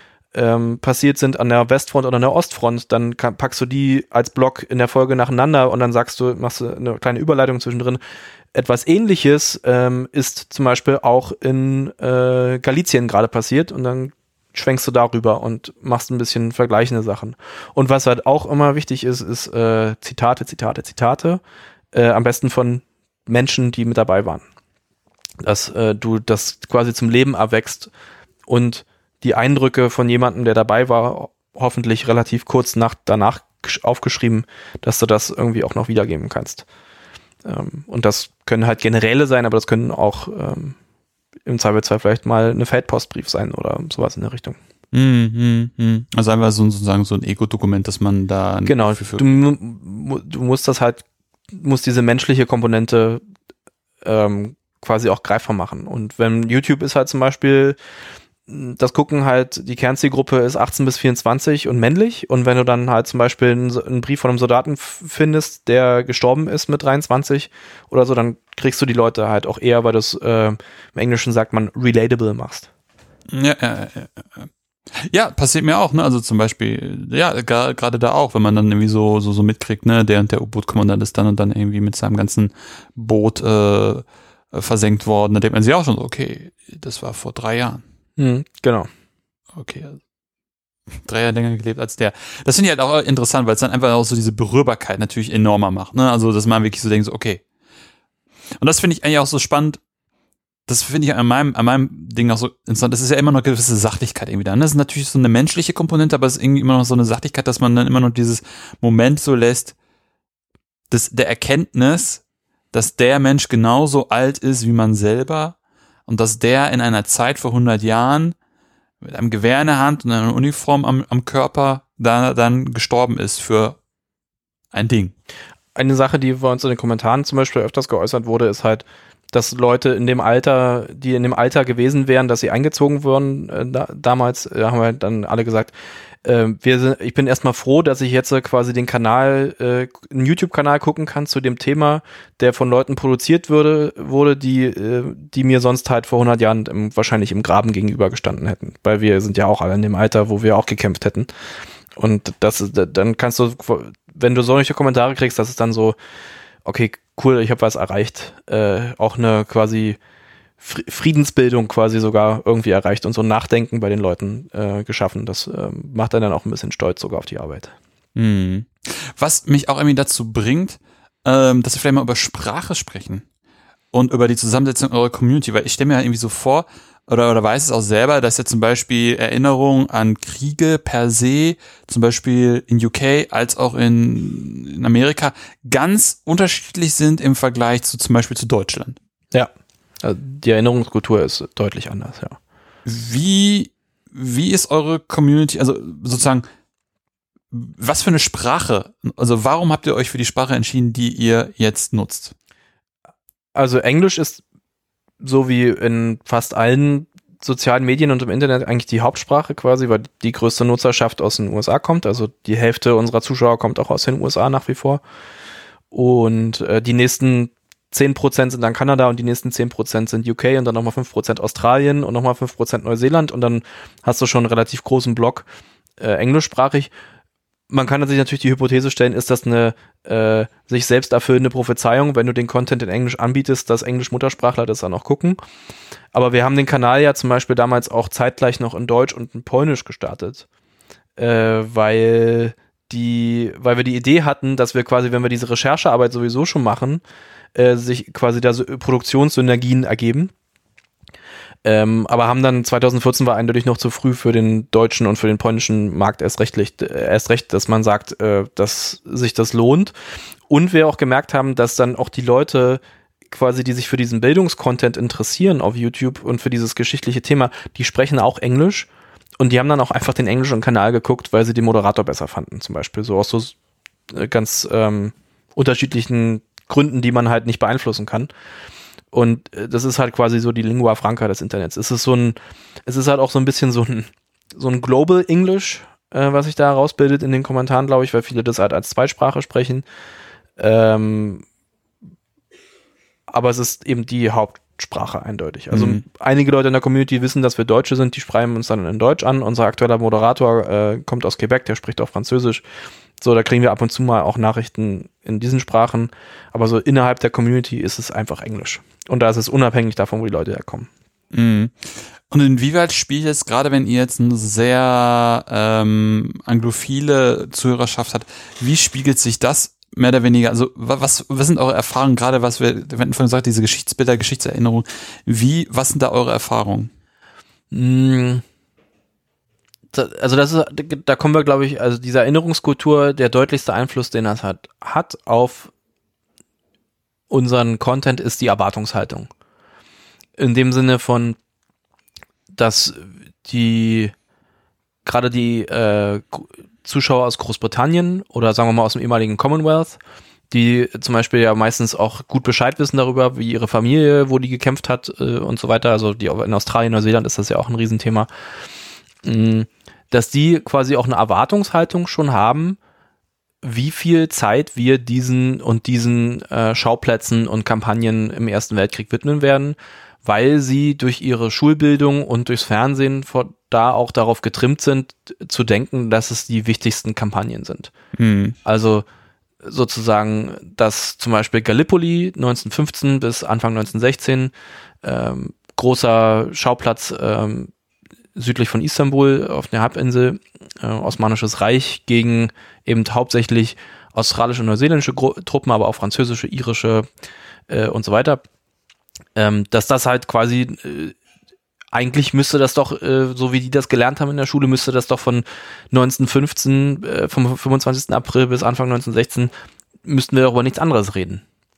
ähm, passiert sind an der Westfront oder an der Ostfront, dann kann, packst du die als Block in der Folge nacheinander und dann sagst du, machst du eine kleine Überleitung zwischendrin. Etwas Ähnliches ähm, ist zum Beispiel auch in äh, Galizien gerade passiert und dann schwenkst du darüber und machst ein bisschen vergleichende Sachen. Und was halt auch immer wichtig ist, ist äh, Zitate, Zitate, Zitate. Äh, am besten von Menschen, die mit dabei waren. Dass äh, du das quasi zum Leben erwächst und die Eindrücke von jemandem, der dabei war, hoffentlich relativ kurz nach, danach aufgeschrieben, dass du das irgendwie auch noch wiedergeben kannst. Ähm, und das können halt Generäle sein, aber das können auch ähm, im Zweifelsfall vielleicht mal eine Feldpostbrief sein oder sowas in der Richtung. Mm, mm, mm. Also einfach so, sozusagen so ein Ego-Dokument, dass man da... Genau, du, du musst das halt muss diese menschliche Komponente ähm, quasi auch greifbar machen. Und wenn YouTube ist halt zum Beispiel, das gucken halt, die Kernzielgruppe ist achtzehn bis vierundzwanzig und männlich. Und wenn du dann halt zum Beispiel einen, einen Brief von einem Soldaten findest, der gestorben ist mit dreiundzwanzig oder so, dann kriegst du die Leute halt auch eher, weil du es äh, im Englischen sagt man relatable machst. Ja, ja, ja, ja. Ja, passiert mir auch, ne, also zum Beispiel, ja, gerade da auch, wenn man dann irgendwie so, so, so mitkriegt, ne, der und der U-Boot-Kommandant ist dann und dann irgendwie mit seinem ganzen Boot äh, versenkt worden, da denkt man sich auch schon so, okay, das war vor drei Jahren. Mhm, genau. Okay, also drei Jahre länger gelebt als der. Das finde ich halt auch interessant, weil es dann einfach auch so diese Berührbarkeit natürlich enormer macht, ne, also dass man wirklich so denkt, so, okay. Und das finde ich eigentlich auch so spannend. Das finde ich an meinem, an meinem Ding auch so interessant. Das ist ja immer noch eine gewisse Sachlichkeit irgendwie da. Das ist natürlich so eine menschliche Komponente, aber es ist irgendwie immer noch so eine Sachlichkeit, dass man dann immer noch dieses Moment so lässt, des, der Erkenntnis, dass der Mensch genauso alt ist wie man selber und dass der in einer Zeit vor hundert Jahren mit einem Gewehr in der Hand und einer Uniform am, am Körper da dann gestorben ist für ein Ding. Eine Sache, die bei uns in den Kommentaren zum Beispiel öfters geäußert wurde, ist halt, dass Leute in dem Alter, die in dem Alter gewesen wären, dass sie eingezogen wurden, äh, da, damals äh, haben wir dann alle gesagt, äh, wir sind, ich bin erstmal froh, dass ich jetzt äh, quasi den Kanal, äh, einen YouTube-Kanal gucken kann zu dem Thema, der von Leuten produziert würde, wurde, die, äh, die mir sonst halt vor hundert Jahren im, wahrscheinlich im Graben gegenüber gestanden hätten. Weil wir sind ja auch alle in dem Alter, wo wir auch gekämpft hätten. Und das ist, dann kannst du, wenn du solche Kommentare kriegst, das ist dann so, okay, cool, ich habe was erreicht, äh, auch eine quasi Friedensbildung quasi sogar irgendwie erreicht und so ein Nachdenken bei den Leuten äh, geschaffen. Das äh, macht einen dann auch ein bisschen stolz sogar auf die Arbeit. Hm. Was mich auch irgendwie dazu bringt, ähm, dass wir vielleicht mal über Sprache sprechen und über die Zusammensetzung eurer Community, weil ich stelle mir halt irgendwie so vor, oder, oder weiß es auch selber, dass ja zum Beispiel Erinnerungen an Kriege per se, zum Beispiel in U K als auch in, in Amerika, ganz unterschiedlich sind im Vergleich zu zum Beispiel zu Deutschland. Ja, also die Erinnerungskultur ist deutlich anders, ja. Wie, wie ist eure Community, also sozusagen, was für eine Sprache, also warum habt ihr euch für die Sprache entschieden, die ihr jetzt nutzt? Also Englisch ist so wie in fast allen sozialen Medien und im Internet eigentlich die Hauptsprache quasi, weil die größte Nutzerschaft aus den U S A kommt. Also die Hälfte unserer Zuschauer kommt auch aus den U S A nach wie vor. Und äh, die nächsten zehn Prozent sind dann Kanada und die nächsten zehn Prozent sind U K und dann nochmal fünf Prozent Australien und nochmal fünf Prozent Neuseeland und dann hast du schon einen relativ großen Block äh, englischsprachig. Man kann sich natürlich die Hypothese stellen, ist das eine äh, sich selbst erfüllende Prophezeiung, wenn du den Content in Englisch anbietest, dass Englisch-Muttersprachler das dann auch gucken. Aber wir haben den Kanal ja zum Beispiel damals auch zeitgleich noch in Deutsch und in Polnisch gestartet, äh, weil die, weil wir die Idee hatten, dass wir quasi, wenn wir diese Recherchearbeit sowieso schon machen, äh, sich quasi da so Produktionssynergien ergeben. Ähm, aber haben dann zwanzig vierzehn war eindeutig noch zu früh für den deutschen und für den polnischen Markt erst recht, erst recht, dass man sagt, äh, dass sich das lohnt. Und wir auch gemerkt haben, dass dann auch die Leute quasi, die sich für diesen Bildungskontent interessieren auf YouTube und für dieses geschichtliche Thema, die sprechen auch Englisch und die haben dann auch einfach den englischen Kanal geguckt, weil sie den Moderator besser fanden, zum Beispiel. So aus so ganz ähm, unterschiedlichen Gründen, die man halt nicht beeinflussen kann. Und das ist halt quasi so die Lingua Franca des Internets. Es ist so ein, es ist halt auch so ein bisschen so ein, so ein Global English, äh, was sich da herausbildet in den Kommentaren, glaube ich, weil viele das halt als Zweitsprache sprechen. Ähm, aber es ist eben die Hauptsprache eindeutig. Also mhm. einige Leute in der Community wissen, dass wir Deutsche sind, die schreiben uns dann in Deutsch an. Unser aktueller Moderator äh, kommt aus Quebec, der spricht auch Französisch. So, da kriegen wir ab und zu mal auch Nachrichten in diesen Sprachen. Aber so innerhalb der Community ist es einfach Englisch. Und da ist es unabhängig davon, wo die Leute herkommen. Mhm. Und inwieweit spielt es, gerade wenn ihr jetzt eine sehr ähm, anglophile Zuhörerschaft habt, wie spiegelt sich das mehr oder weniger, also was, was sind eure Erfahrungen, gerade was wir, wir hatten vorhin gesagt, diese Geschichtsbilder, Geschichtserinnerungen, wie, was sind da eure Erfahrungen? Mhm. Also das ist, da kommen wir, glaube ich, also diese Erinnerungskultur, der deutlichste Einfluss, den das hat, hat auf unseren Content, ist die Erwartungshaltung. In dem Sinne von, dass die, gerade die äh, Zuschauer aus Großbritannien oder sagen wir mal aus dem ehemaligen Commonwealth, die zum Beispiel ja meistens auch gut Bescheid wissen darüber, wie ihre Familie, wo die gekämpft hat äh, und so weiter, also die in Australien, Neuseeland ist das ja auch ein Riesenthema, mh, dass die quasi auch eine Erwartungshaltung schon haben, wie viel Zeit wir diesen und diesen äh, Schauplätzen und Kampagnen im Ersten Weltkrieg widmen werden, weil sie durch ihre Schulbildung und durchs Fernsehen vor, da auch darauf getrimmt sind, zu denken, dass es die wichtigsten Kampagnen sind. Mhm. Also sozusagen, dass zum Beispiel Gallipoli neunzehnhundertfünfzehn bis Anfang neunzehnhundertsechzehn ähm, großer Schauplatz ähm, südlich von Istanbul auf der Halbinsel, äh, Osmanisches Reich gegen eben hauptsächlich australische und neuseeländische Gru- Truppen, aber auch französische, irische äh, und so weiter, ähm, dass das halt quasi äh, eigentlich müsste das doch, äh, so wie die das gelernt haben in der Schule, müsste das doch von neunzehnhundertfünfzehn, äh, vom fünfundzwanzigsten April bis Anfang neunzehnhundertsechzehn, müssten wir doch über nichts anderes reden.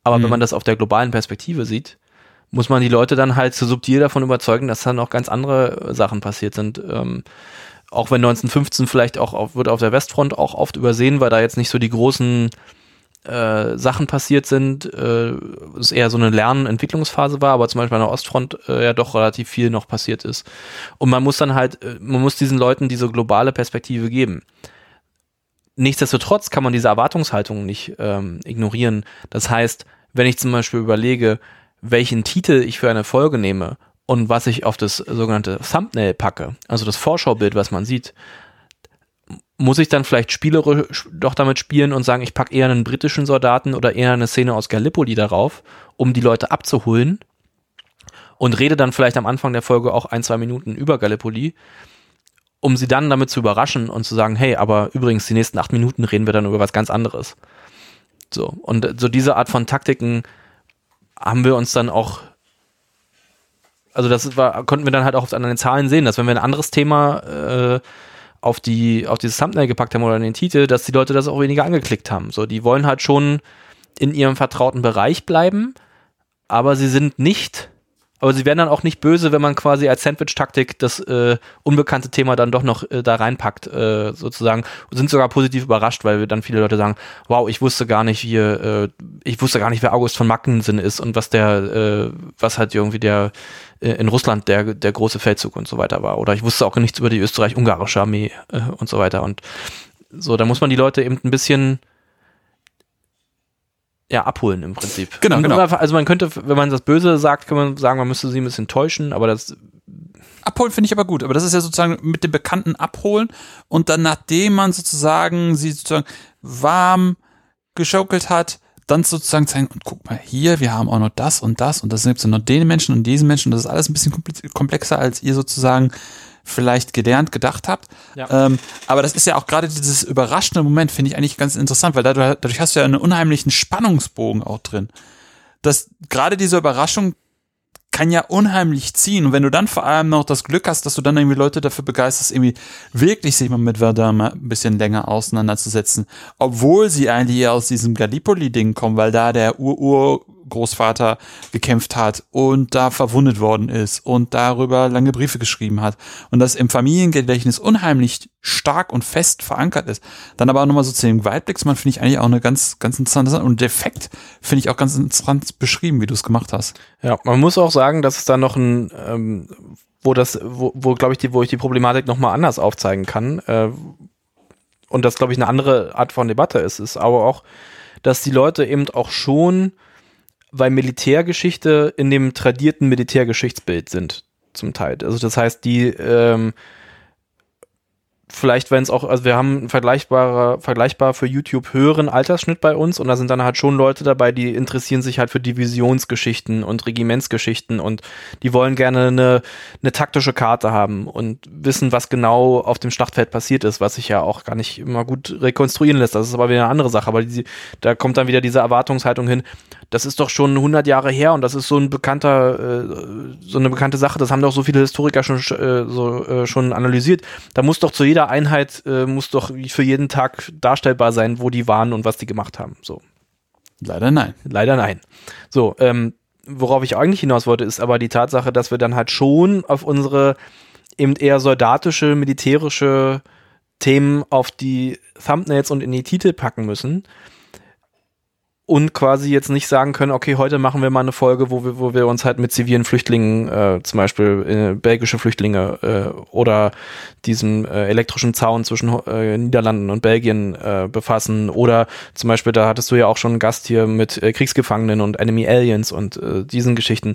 Aber Mhm. wenn man das auf der globalen Perspektive sieht, muss man die Leute dann halt so subtil davon überzeugen, dass dann auch ganz andere Sachen passiert sind. Ähm, auch wenn neunzehnhundertfünfzehn vielleicht auch auf, wird auf der Westfront auch oft übersehen, weil da jetzt nicht so die großen äh, Sachen passiert sind, äh, es eher so eine Lern- Entwicklungsphase war, aber zum Beispiel an der Ostfront äh, ja doch relativ viel noch passiert ist. Und man muss dann halt, äh, man muss diesen Leuten diese globale Perspektive geben. Nichtsdestotrotz kann man diese Erwartungshaltung nicht ähm, ignorieren. Das heißt, wenn ich zum Beispiel überlege, welchen Titel ich für eine Folge nehme und was ich auf das sogenannte Thumbnail packe, also das Vorschaubild, was man sieht, muss ich dann vielleicht spielerisch doch damit spielen und sagen, ich packe eher einen britischen Soldaten oder eher eine Szene aus Gallipoli darauf, um die Leute abzuholen, und rede dann vielleicht am Anfang der Folge auch ein, zwei Minuten über Gallipoli, um sie dann damit zu überraschen und zu sagen, hey, aber übrigens, die nächsten acht Minuten reden wir dann über was ganz anderes. So, und so diese Art von Taktiken haben wir uns dann auch, also das war, konnten wir dann halt auch an den Zahlen sehen, dass wenn wir ein anderes Thema äh, auf die, auf dieses Thumbnail gepackt haben oder in den Titel, dass die Leute das auch weniger angeklickt haben. So, die wollen halt schon in ihrem vertrauten Bereich bleiben, aber sie sind nicht, aber sie werden dann auch nicht böse, wenn man quasi als Sandwich-Taktik das äh, unbekannte Thema dann doch noch äh, da reinpackt, äh, sozusagen, und sind sogar positiv überrascht, weil wir dann viele Leute sagen, wow, ich wusste gar nicht, wie, äh, ich wusste gar nicht, wer August von Mackensen ist und was der, äh, was halt irgendwie der in Russland der, der große Feldzug und so weiter war. Oder ich wusste auch nichts über die österreich-ungarische Armee äh, und so weiter. Und so, da muss man die Leute eben ein bisschen ja, abholen im Prinzip. Genau, und genau. Also man könnte, wenn man das Böse sagt, kann man sagen, man müsste sie ein bisschen täuschen, aber das Abholen finde ich aber gut, aber das ist ja sozusagen mit dem Bekannten abholen und dann, nachdem man sozusagen sie sozusagen warm geschaukelt hat, dann sozusagen zeigen, und guck mal hier, wir haben auch noch das und das und das gibt es noch den Menschen und diesen Menschen und das ist alles ein bisschen komplexer, als ihr sozusagen vielleicht gelernt, gedacht habt. Ja. Ähm, aber das ist ja auch gerade dieses überraschende Moment, finde ich eigentlich ganz interessant, weil dadurch, dadurch hast du ja einen unheimlichen Spannungsbogen auch drin. Das, gerade diese Überraschung kann ja unheimlich ziehen. Und wenn du dann vor allem noch das Glück hast, dass du dann irgendwie Leute dafür begeisterst, irgendwie wirklich sich mal mit Verdun mal ein bisschen länger auseinanderzusetzen, obwohl sie eigentlich eher aus diesem Gallipoli-Ding kommen, weil da der Ur-Ur-Großvater gekämpft hat und da verwundet worden ist und darüber lange Briefe geschrieben hat und das im Familiengedächtnis unheimlich stark und fest verankert ist. Dann aber auch nochmal so zu dem Weitblicksmann finde ich eigentlich auch eine ganz, ganz interessante Sache. Und Defekt finde ich auch ganz interessant beschrieben, wie du es gemacht hast. Ja, man muss auch sagen, dass es da noch ein, ähm, wo das, wo, wo glaube ich, die, wo ich die Problematik nochmal anders aufzeigen kann, äh, und das, glaube ich, eine andere Art von Debatte ist, ist aber auch, dass die Leute eben auch schon, weil Militärgeschichte in dem tradierten Militärgeschichtsbild sind, zum Teil. Also das heißt, die, ähm, vielleicht, wenn es auch, also wir haben einen vergleichbarer, vergleichbar für YouTube höheren Altersschnitt bei uns und da sind dann halt schon Leute dabei, die interessieren sich halt für Divisionsgeschichten und Regimentsgeschichten und die wollen gerne eine, eine taktische Karte haben und wissen, was genau auf dem Schlachtfeld passiert ist, was sich ja auch gar nicht immer gut rekonstruieren lässt. Das ist aber wieder eine andere Sache, aber die, da kommt dann wieder diese Erwartungshaltung hin, das ist doch schon hundert Jahre her und das ist so ein bekannter, äh, so eine bekannte Sache, das haben doch so viele Historiker schon, äh, so, äh, schon analysiert. Da muss doch zu jeder Einheit, äh, muss doch für jeden Tag darstellbar sein, wo die waren und was die gemacht haben. So. Leider nein. Leider nein. So, ähm, worauf ich eigentlich hinaus wollte, ist aber die Tatsache, dass wir dann halt schon auf unsere eben eher soldatische, militärische Themen auf die Thumbnails und in die Titel packen müssen. Und quasi jetzt nicht sagen können, okay, heute machen wir mal eine Folge, wo wir, wo wir uns halt mit zivilen Flüchtlingen, äh, zum Beispiel äh, belgische Flüchtlinge äh, oder diesem äh, elektrischen Zaun zwischen äh, Niederlanden und Belgien äh, befassen. Oder zum Beispiel, da hattest du ja auch schon einen Gast hier mit äh, Kriegsgefangenen und Enemy Aliens und äh, diesen Geschichten.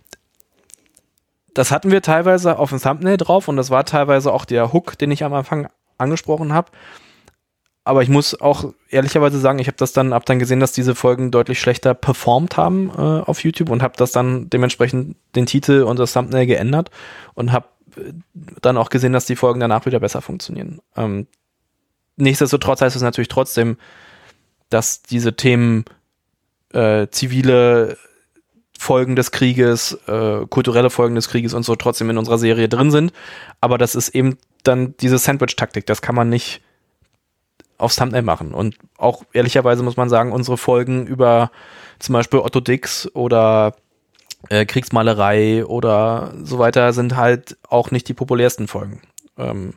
Das hatten wir teilweise auf dem Thumbnail drauf und das war teilweise auch der Hook, den ich am Anfang angesprochen habe. Aber ich muss auch ehrlicherweise sagen, ich habe das dann, hab dann gesehen, dass diese Folgen deutlich schlechter performt haben äh, auf YouTube und habe das dann dementsprechend den Titel und das Thumbnail geändert und habe dann auch gesehen, dass die Folgen danach wieder besser funktionieren. Ähm, nichtsdestotrotz heißt es natürlich trotzdem, dass diese Themen äh, zivile Folgen des Krieges, äh, kulturelle Folgen des Krieges und so trotzdem in unserer Serie drin sind. Aber das ist eben dann diese Sandwich-Taktik. Das kann man nicht aufs Thumbnail machen. Und auch ehrlicherweise muss man sagen, unsere Folgen über zum Beispiel Otto Dix oder äh, Kriegsmalerei oder so weiter sind halt auch nicht die populärsten Folgen. Ähm,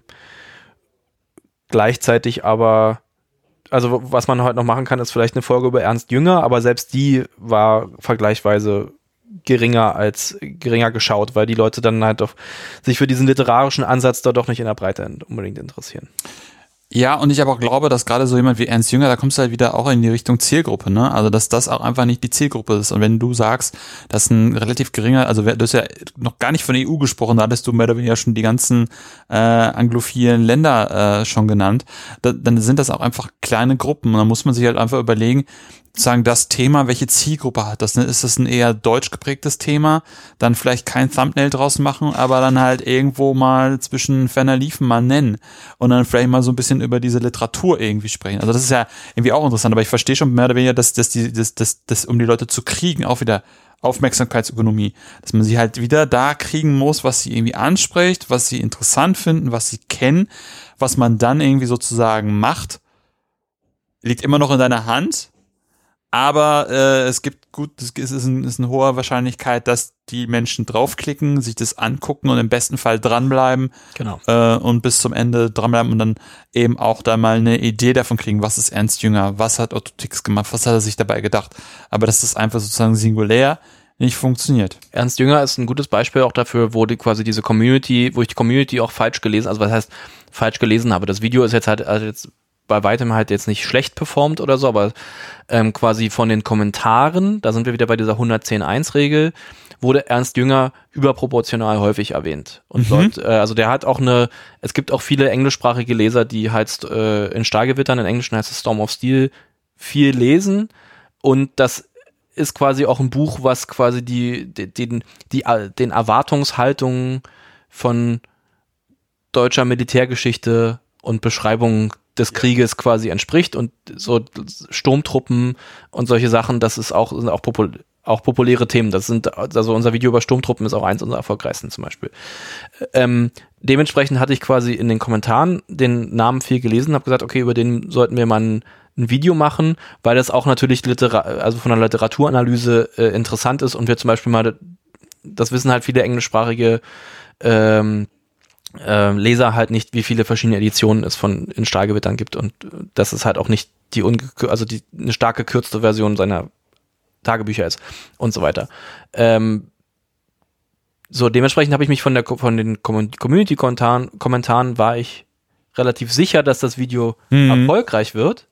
gleichzeitig aber, also was man heute noch machen kann, ist vielleicht eine Folge über Ernst Jünger, aber selbst die war vergleichsweise geringer als geringer geschaut, weil die Leute dann halt doch sich für diesen literarischen Ansatz da doch nicht in der Breite unbedingt interessieren. Ja, und ich aber auch glaube, dass gerade so jemand wie Ernst Jünger, da kommst du halt wieder auch in die Richtung Zielgruppe, ne? Also, dass das auch einfach nicht die Zielgruppe ist. Und wenn du sagst, dass ein relativ geringer, also du hast ja noch gar nicht von der E U gesprochen, da hattest du mehr oder weniger schon die ganzen äh, anglophilen Länder äh, schon genannt, da, dann sind das auch einfach kleine Gruppen. Und dann muss man sich halt einfach überlegen, sagen, das Thema, welche Zielgruppe hat das? Ne? Ist das ein eher deutsch geprägtes Thema? Dann vielleicht kein Thumbnail draus machen, aber dann halt irgendwo mal zwischen ferner Liefen mal nennen und dann vielleicht mal so ein bisschen über diese Literatur irgendwie sprechen. Also das ist ja irgendwie auch interessant, aber ich verstehe schon mehr oder weniger, dass, dass die, dass, dass, dass um die Leute zu kriegen, auch wieder Aufmerksamkeitsökonomie, dass man sie halt wieder da kriegen muss, was sie irgendwie anspricht, was sie interessant finden, was sie kennen, was man dann irgendwie sozusagen macht, liegt immer noch in deiner Hand. Aber äh, es gibt gut, es ist, ein, ist eine hohe Wahrscheinlichkeit, dass die Menschen draufklicken, sich das angucken und im besten Fall dranbleiben. Genau. Äh, und bis zum Ende dranbleiben und dann eben auch da mal eine Idee davon kriegen, was ist Ernst Jünger, was hat Otto Dix gemacht, was hat er sich dabei gedacht. Aber dass das einfach sozusagen singulär nicht funktioniert. Ernst Jünger ist ein gutes Beispiel auch dafür, wo die quasi diese Community, wo ich die Community auch falsch gelesen, also was heißt falsch gelesen habe. Das Video ist jetzt halt also jetzt bei weitem halt jetzt nicht schlecht performt oder so, aber ähm, quasi von den Kommentaren, da sind wir wieder bei dieser hundertzehn eins Regel, wurde Ernst Jünger überproportional häufig erwähnt. Und mhm. dort, äh, also der hat auch eine, es gibt auch viele englischsprachige Leser, die halt äh, in Stahlgewittern, in Englischen heißt es Storm of Steel, viel lesen und das ist quasi auch ein Buch, was quasi die, die, den, die, den Erwartungshaltungen von deutscher Militärgeschichte und Beschreibung des Krieges quasi entspricht und so Sturmtruppen und solche Sachen, das ist auch, sind auch, popul- auch populäre Themen. Das sind, also unser Video über Sturmtruppen ist auch eins unserer erfolgreichsten zum Beispiel. Ähm, dementsprechend hatte ich quasi in den Kommentaren den Namen viel gelesen, habe gesagt, okay, über den sollten wir mal ein, ein Video machen, weil das auch natürlich Litera- also von der Literaturanalyse äh, interessant ist und wir zum Beispiel mal, das wissen halt viele englischsprachige ähm, Äh, Leser halt nicht, wie viele verschiedene Editionen es von in Stahlgewittern gibt und äh, dass es halt auch nicht die unge- also die eine stark gekürzte Version seiner Tagebücher ist und so weiter. Ähm, so dementsprechend habe ich mich von der von den Community-Kommentaren Kommentaren war ich relativ sicher, dass das Video mhm. erfolgreich wird.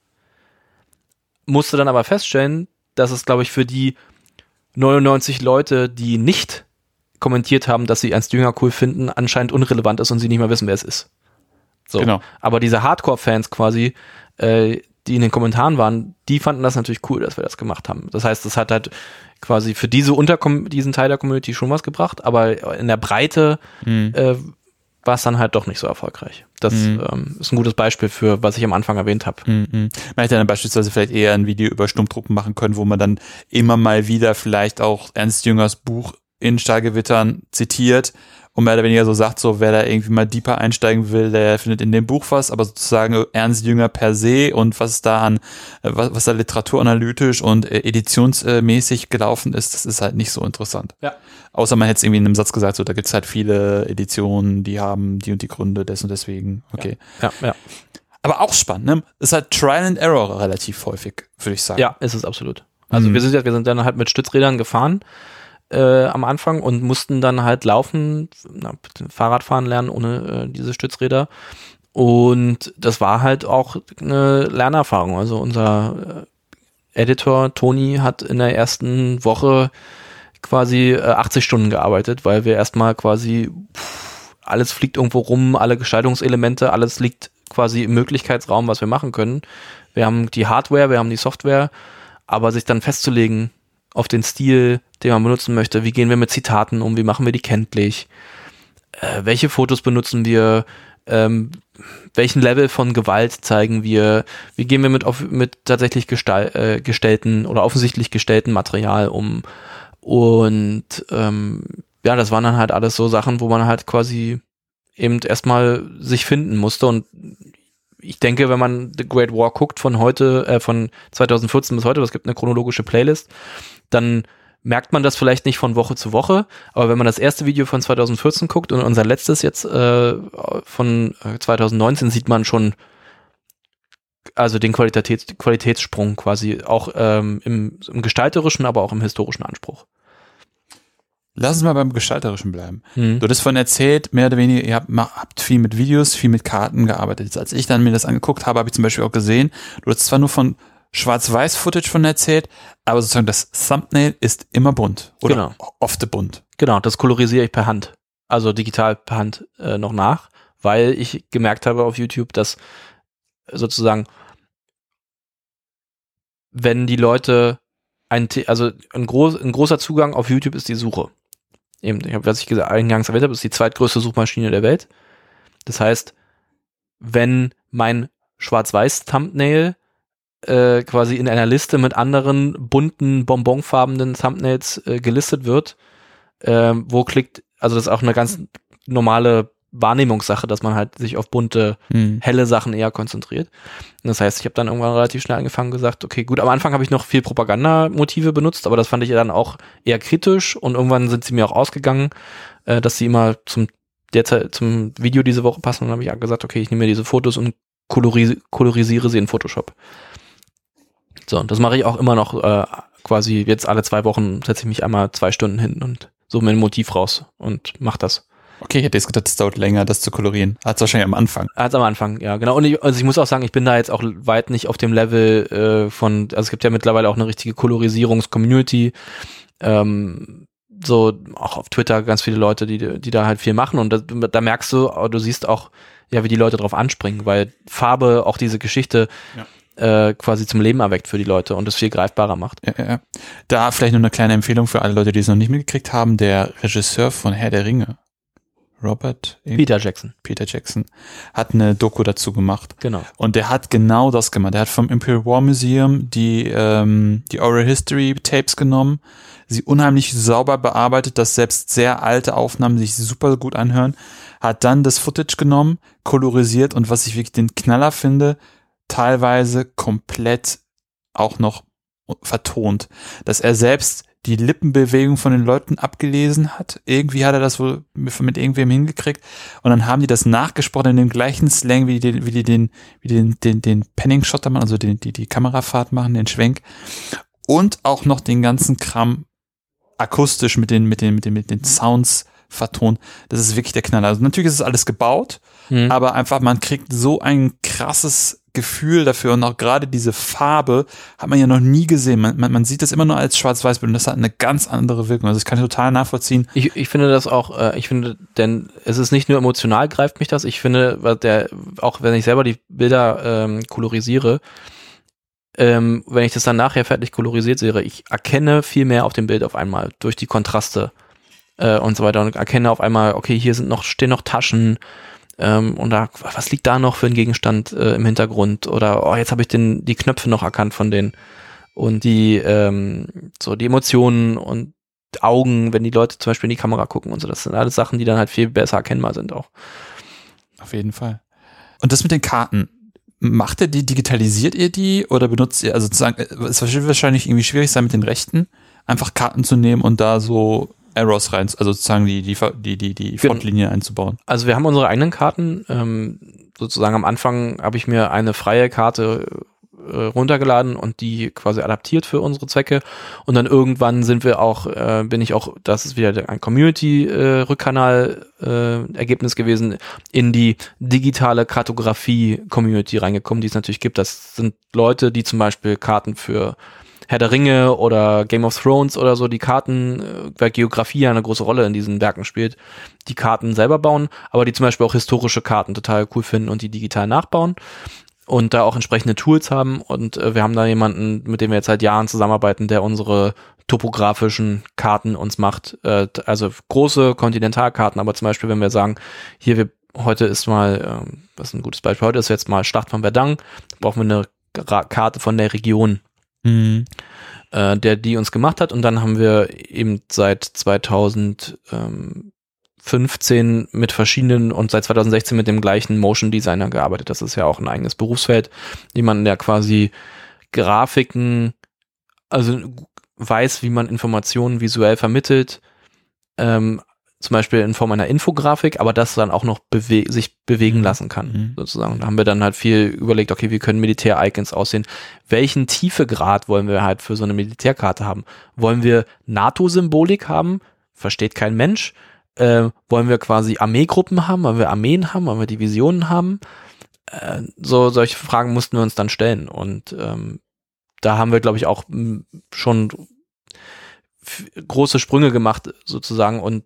Musste dann aber feststellen, dass es, glaube ich, für die neunundneunzig Leute, die nicht kommentiert haben, dass sie Ernst Jünger cool finden, anscheinend unrelevant ist und sie nicht mehr wissen, wer es ist. So. Genau. Aber diese Hardcore-Fans quasi, äh, die in den Kommentaren waren, die fanden das natürlich cool, dass wir das gemacht haben. Das heißt, das hat halt quasi für diese Unterkom- diesen Teil der Community schon was gebracht, aber in der Breite mhm. äh, war es dann halt doch nicht so erfolgreich. Das mhm. ähm, ist ein gutes Beispiel für, was ich am Anfang erwähnt habe. Mhm. Man hätte dann beispielsweise vielleicht eher ein Video über Sturmtruppen machen können, wo man dann immer mal wieder vielleicht auch Ernst Jüngers Buch in Stahlgewittern zitiert und mehr oder weniger so sagt, so wer da irgendwie mal deeper einsteigen will, der findet in dem Buch was, aber sozusagen Ernst Jünger per se und was da an, was, was da literaturanalytisch und editionsmäßig gelaufen ist, das ist halt nicht so interessant. Ja. Außer man hätte es irgendwie in einem Satz gesagt, so da gibt's halt viele Editionen, die haben die und die Gründe, des und deswegen, okay. Ja, ja. ja. Aber auch spannend, ne? Ist halt Trial and Error relativ häufig, würde ich sagen. Ja, ist es absolut. Also mhm. wir sind ja, wir sind dann halt mit Stützrädern gefahren, Äh, am Anfang und mussten dann halt laufen, na, Fahrradfahren lernen ohne äh, diese Stützräder und das war halt auch eine Lernerfahrung. Also unser äh, Editor Toni hat in der ersten Woche quasi äh, achtzig Stunden gearbeitet, weil wir erstmal quasi pff, alles fliegt irgendwo rum, alle Gestaltungselemente, alles liegt quasi im Möglichkeitsraum, was wir machen können. Wir haben die Hardware, wir haben die Software, aber sich dann festzulegen auf den Stil, den man benutzen möchte. Wie gehen wir mit Zitaten um? Wie machen wir die kenntlich? Äh, welche Fotos benutzen wir? Ähm, welchen Level von Gewalt zeigen wir? Wie gehen wir mit, auf, mit tatsächlich gestall, äh, gestellten oder offensichtlich gestellten Material um? Und ähm, ja, das waren dann halt alles so Sachen, wo man halt quasi eben erstmal sich finden musste und ich denke, wenn man The Great War guckt von heute, äh, von zweitausendvierzehn bis heute, es gibt eine chronologische Playlist, dann merkt man das vielleicht nicht von Woche zu Woche, aber wenn man das erste Video von zweitausendvierzehn guckt und unser letztes jetzt äh, von zweitausendneunzehn, sieht man schon also den Qualitäts Qualitätssprung quasi auch ähm, im, im gestalterischen, aber auch im historischen Anspruch. Lass uns mal beim Gestalterischen bleiben. Mhm. Du hast davon erzählt, mehr oder weniger, ihr habt, habt viel mit Videos, viel mit Karten gearbeitet. Jetzt, als ich dann mir das angeguckt habe, habe ich zum Beispiel auch gesehen, du hast zwar nur von Schwarz-Weiß-Footage von erzählt, aber sozusagen das Thumbnail ist immer bunt. Oder Genau. oft bunt. Genau, das kolorisiere ich per Hand. Also digital per Hand äh, noch nach, weil ich gemerkt habe auf YouTube, dass sozusagen, wenn die Leute ein, also ein, groß, ein großer Zugang auf YouTube ist die Suche. Eben, ich habe, was ich gesagt, eingangs erwähnt habe, ist die zweitgrößte Suchmaschine der Welt. Das heißt, wenn mein Schwarz-Weiß-Thumbnail äh, quasi in einer Liste mit anderen bunten, bonbonfarbenen Thumbnails äh, gelistet wird, äh, wo klickt, also das ist auch eine ganz normale Wahrnehmungssache, dass man halt sich auf bunte, hm. helle Sachen eher konzentriert. Und das heißt, ich habe dann irgendwann relativ schnell angefangen und gesagt, okay, gut, am Anfang habe ich noch viel Propagandamotive benutzt, aber das fand ich dann auch eher kritisch und irgendwann sind sie mir auch ausgegangen, äh, dass sie immer zum derzeit zum Video diese Woche passen und dann habe ich gesagt, okay, ich nehme mir diese Fotos und koloris kolorisiere sie in Photoshop. So, und das mache ich auch immer noch äh, quasi jetzt alle zwei Wochen setze ich mich einmal zwei Stunden hin und suche mir ein Motiv raus und mache das. Okay, ich hätte jetzt gedacht, es dauert länger, das zu kolorieren. Hat es wahrscheinlich am Anfang. Hat es am Anfang, ja, genau. Und ich, also ich muss auch sagen, ich bin da jetzt auch weit nicht auf dem Level äh, von, also es gibt ja mittlerweile auch eine richtige Kolorisierungs-Community. Ähm, so auch auf Twitter ganz viele Leute, die die da halt viel machen. Und da, da merkst du, du siehst auch, ja, wie die Leute drauf anspringen, weil Farbe auch diese Geschichte ja. äh, quasi zum Leben erweckt für die Leute und es viel greifbarer macht. Ja, ja. Da vielleicht nur eine kleine Empfehlung für alle Leute, die es noch nicht mitgekriegt haben. Der Regisseur von Herr der Ringe, Robert Peter Jackson. Peter Jackson hat eine Doku dazu gemacht. Genau. Und der hat genau das gemacht. Der hat vom Imperial War Museum die ähm, die Oral History Tapes genommen, sie unheimlich sauber bearbeitet, dass selbst sehr alte Aufnahmen sich super gut anhören, hat dann das Footage genommen, kolorisiert und was ich wirklich den Knaller finde, teilweise komplett auch noch vertont, dass er selbst die Lippenbewegung von den Leuten abgelesen hat. Irgendwie hat er das wohl mit irgendwem hingekriegt. Und dann haben die das nachgesprochen in dem gleichen Slang, wie die, wie die den, wie die den, den, den Penning-Shot machen, also den, die, die Kamerafahrt machen, den Schwenk. Und auch noch den ganzen Kram akustisch mit den, mit den, mit den, mit den Sounds vertont. Das ist wirklich der Knaller. Also natürlich ist es alles gebaut, mhm. aber einfach, man kriegt so ein krasses Gefühl dafür und auch gerade diese Farbe hat man ja noch nie gesehen. Man, man, man sieht das immer nur als Schwarz-Weiß-Bild und das hat eine ganz andere Wirkung. Also das kann ich total nachvollziehen. Ich, ich finde das auch, äh, ich finde, denn es ist nicht nur emotional greift mich das, ich finde, der, auch wenn ich selber die Bilder ähm, kolorisiere, ähm, wenn ich das dann nachher fertig kolorisiert sehe, ich erkenne viel mehr auf dem Bild auf einmal durch die Kontraste äh, und so weiter und erkenne auf einmal, okay, hier sind noch, stehen noch Taschen, Ähm, und da, was liegt da noch für ein Gegenstand äh, im Hintergrund? Oder oh, jetzt habe ich den die Knöpfe noch erkannt von denen. Und die, ähm, so die Emotionen und Augen, wenn die Leute zum Beispiel in die Kamera gucken und so, das sind alles Sachen, die dann halt viel besser erkennbar sind auch. Auf jeden Fall. Und das mit den Karten, macht ihr die, digitalisiert ihr die oder benutzt ihr, also sozusagen, es wird wahrscheinlich irgendwie schwierig sein mit den Rechten, einfach Karten zu nehmen und da so Arrows rein, also sozusagen die, die, die, die, die Frontlinie einzubauen. Also wir haben unsere eigenen Karten, ähm, sozusagen am Anfang habe ich mir eine freie Karte äh, runtergeladen und die quasi adaptiert für unsere Zwecke und dann irgendwann sind wir auch, äh, bin ich auch, das ist wieder ein Community-Rückkanal-Ergebnis äh, gewesen, in die digitale Kartografie-Community reingekommen, die es natürlich gibt. Das sind Leute, die zum Beispiel Karten für Herr der Ringe oder Game of Thrones oder so, die Karten, weil Geografie ja eine große Rolle in diesen Werken spielt, die Karten selber bauen, aber die zum Beispiel auch historische Karten total cool finden und die digital nachbauen und da auch entsprechende Tools haben und äh, wir haben da jemanden, mit dem wir jetzt seit Jahren zusammenarbeiten, der unsere topografischen Karten uns macht, äh, also große Kontinentalkarten, aber zum Beispiel, wenn wir sagen, hier, wir heute ist mal, äh, was ist ein gutes Beispiel, heute ist jetzt mal Schlacht von Verdun, brauchen wir eine Ra- Karte von der Region, Mhm. Äh, der die uns gemacht hat und dann haben wir eben seit zweitausendvierzehn fünfzehn mit verschiedenen und seit zwanzig sechzehn mit dem gleichen Motion Designer gearbeitet. Das ist ja auch ein eigenes Berufsfeld. Jemand, der quasi Grafiken, also weiß, wie man Informationen visuell vermittelt, ähm, zum Beispiel in Form einer Infografik, aber das dann auch noch bewe- sich bewegen lassen kann, mhm. sozusagen. Da haben wir dann halt viel überlegt, okay, wie können Militär-Icons aussehen? Welchen Tiefegrad wollen wir halt für so eine Militärkarte haben? Wollen wir NATO-Symbolik haben? Versteht kein Mensch. Äh, wollen wir quasi Armeegruppen haben? Wollen wir Armeen haben? Wollen wir Divisionen haben? Äh, so solche Fragen mussten wir uns dann stellen. Und ähm, da haben wir, glaube ich, auch m, schon f- große Sprünge gemacht, sozusagen. Und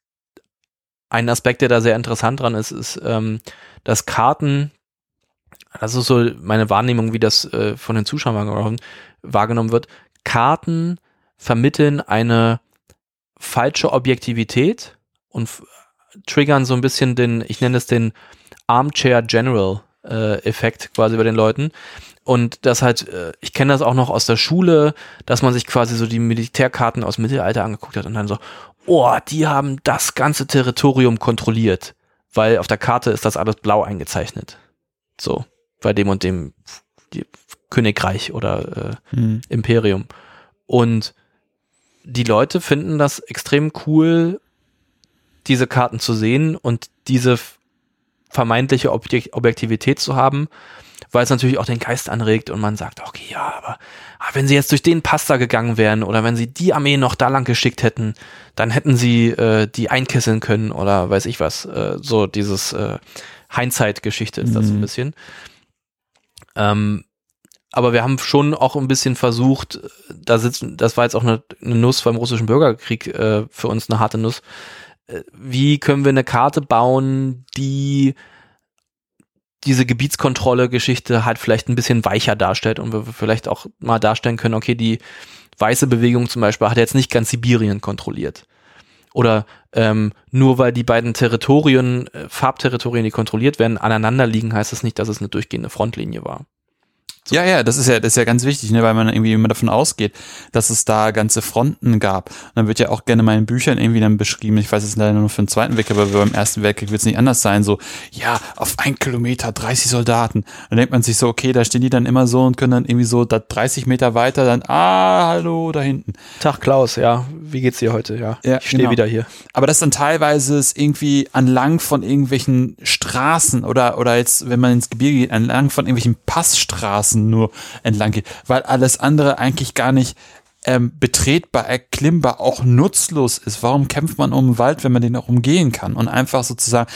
ein Aspekt, der da sehr interessant dran ist, ist, ähm, dass Karten, das ist so meine Wahrnehmung, wie das äh, von den Zuschauern wahrgenommen wird, Karten vermitteln eine falsche Objektivität und f- triggern so ein bisschen den, ich nenne es den Armchair General äh, Effekt quasi bei den Leuten. Und das halt, äh, ich kenne das auch noch aus der Schule, dass man sich quasi so die Militärkarten aus dem Mittelalter angeguckt hat und dann so, oh, die haben das ganze Territorium kontrolliert, weil auf der Karte ist das alles blau eingezeichnet. So, bei dem und dem Königreich oder äh, mhm. Imperium. Und die Leute finden das extrem cool, diese Karten zu sehen und diese vermeintliche Objek- Objektivität zu haben, weil es natürlich auch den Geist anregt und man sagt, okay, ja, aber, aber wenn sie jetzt durch den Pass da gegangen wären oder wenn sie die Armee noch da lang geschickt hätten, dann hätten sie äh, die einkesseln können oder weiß ich was. Äh, so dieses äh, Hindsight-Geschichte ist das mhm. so ein bisschen. Ähm, aber wir haben schon auch ein bisschen versucht, da sitzen, das war jetzt auch eine, eine Nuss beim russischen Bürgerkrieg, äh, für uns eine harte Nuss. Äh, wie können wir eine Karte bauen, die diese Gebietskontrolle-Geschichte halt vielleicht ein bisschen weicher darstellt und wir vielleicht auch mal darstellen können, okay, die weiße Bewegung zum Beispiel hat jetzt nicht ganz Sibirien kontrolliert. Oder ähm, nur weil die beiden Territorien, äh, Farbterritorien, die kontrolliert werden, aneinander liegen, heißt das nicht, dass es eine durchgehende Frontlinie war. So. Ja, ja, das ist ja, das ist ja ganz wichtig, ne, weil man irgendwie immer davon ausgeht, dass es da ganze Fronten gab. Und dann wird ja auch gerne mal in Büchern irgendwie dann beschrieben, ich weiß es leider nur für den Zweiten Weltkrieg, aber beim Ersten Weltkrieg wird es nicht anders sein, so, ja, auf ein Kilometer dreißig Soldaten. Dann denkt man sich so, okay, da stehen die dann immer so und können dann irgendwie so da dreißig Meter weiter dann, ah, hallo, da hinten. Tag Klaus, ja, wie geht's dir heute? Ja, ja ich stehe genau. wieder hier. Aber das dann teilweise ist irgendwie anlang von irgendwelchen Straßen oder, oder jetzt, wenn man ins Gebirge geht, anlang von irgendwelchen Passstraßen nur entlang geht, weil alles andere eigentlich gar nicht ähm, betretbar, erklimmbar, auch nutzlos ist. Warum kämpft man um den Wald, wenn man den auch umgehen kann und einfach sozusagen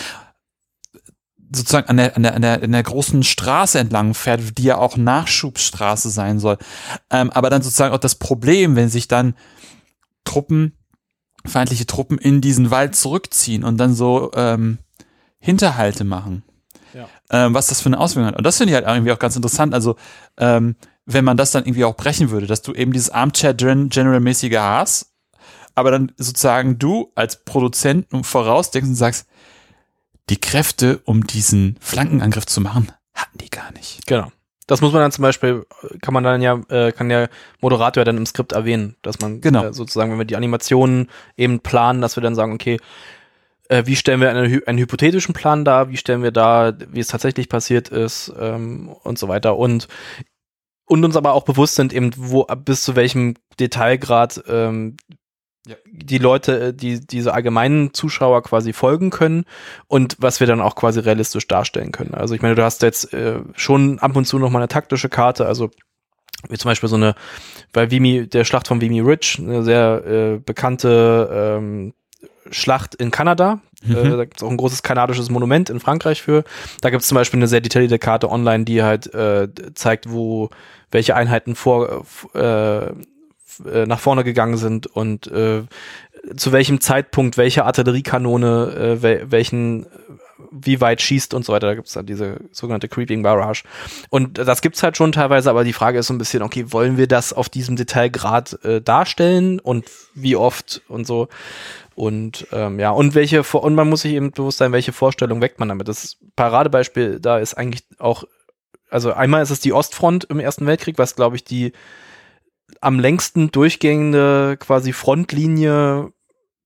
sozusagen an der, an der, an der, an der großen Straße entlang fährt, die ja auch Nachschubsstraße sein soll. Ähm, aber dann sozusagen auch das Problem, wenn sich dann Truppen, feindliche Truppen in diesen Wald zurückziehen und dann so ähm, Hinterhalte machen. Ja. Ähm, was das für eine Auswirkung hat. Und das finde ich halt irgendwie auch ganz interessant. Also, ähm, wenn man das dann irgendwie auch brechen würde, dass du eben dieses Armchair-General-mäßige hast, aber dann sozusagen du als Produzent vorausdenkst und sagst, die Kräfte, um diesen Flankenangriff zu machen, hatten die gar nicht. Genau. Das muss man dann zum Beispiel, kann man dann ja, äh, kann der Moderator dann im Skript erwähnen, dass man genau. äh, sozusagen, wenn wir die Animationen eben planen, dass wir dann sagen, okay, wie stellen wir einen, einen hypothetischen Plan dar, wie stellen wir dar, wie es tatsächlich passiert ist ähm, und so weiter und und uns aber auch bewusst sind eben, wo bis zu welchem Detailgrad ähm, ja. die Leute, die diese allgemeinen Zuschauer quasi folgen können und was wir dann auch quasi realistisch darstellen können. Also ich meine, du hast jetzt äh, schon ab und zu noch mal eine taktische Karte, also wie zum Beispiel so eine, bei Vimy, der Schlacht von Vimy Ridge, eine sehr äh, bekannte ähm, Schlacht in Kanada. Mhm. Äh, da gibt es auch ein großes kanadisches Monument in Frankreich für. Da gibt es zum Beispiel eine sehr detaillierte Karte online, die halt äh, zeigt, wo welche Einheiten vor äh, nach vorne gegangen sind und äh, zu welchem Zeitpunkt welche Artilleriekanone äh, wel- welchen wie weit schießt und so weiter. Da gibt es dann diese sogenannte Creeping Barrage. Und das gibt's halt schon teilweise, aber die Frage ist so ein bisschen, okay, wollen wir das auf diesem Detailgrad äh, darstellen und wie oft und so. Und ähm, ja, und welche und man muss sich eben bewusst sein, welche Vorstellung weckt man damit. Das Paradebeispiel da ist eigentlich auch, also einmal ist es die Ostfront im Ersten Weltkrieg, was glaube ich die am längsten durchgehende quasi Frontlinie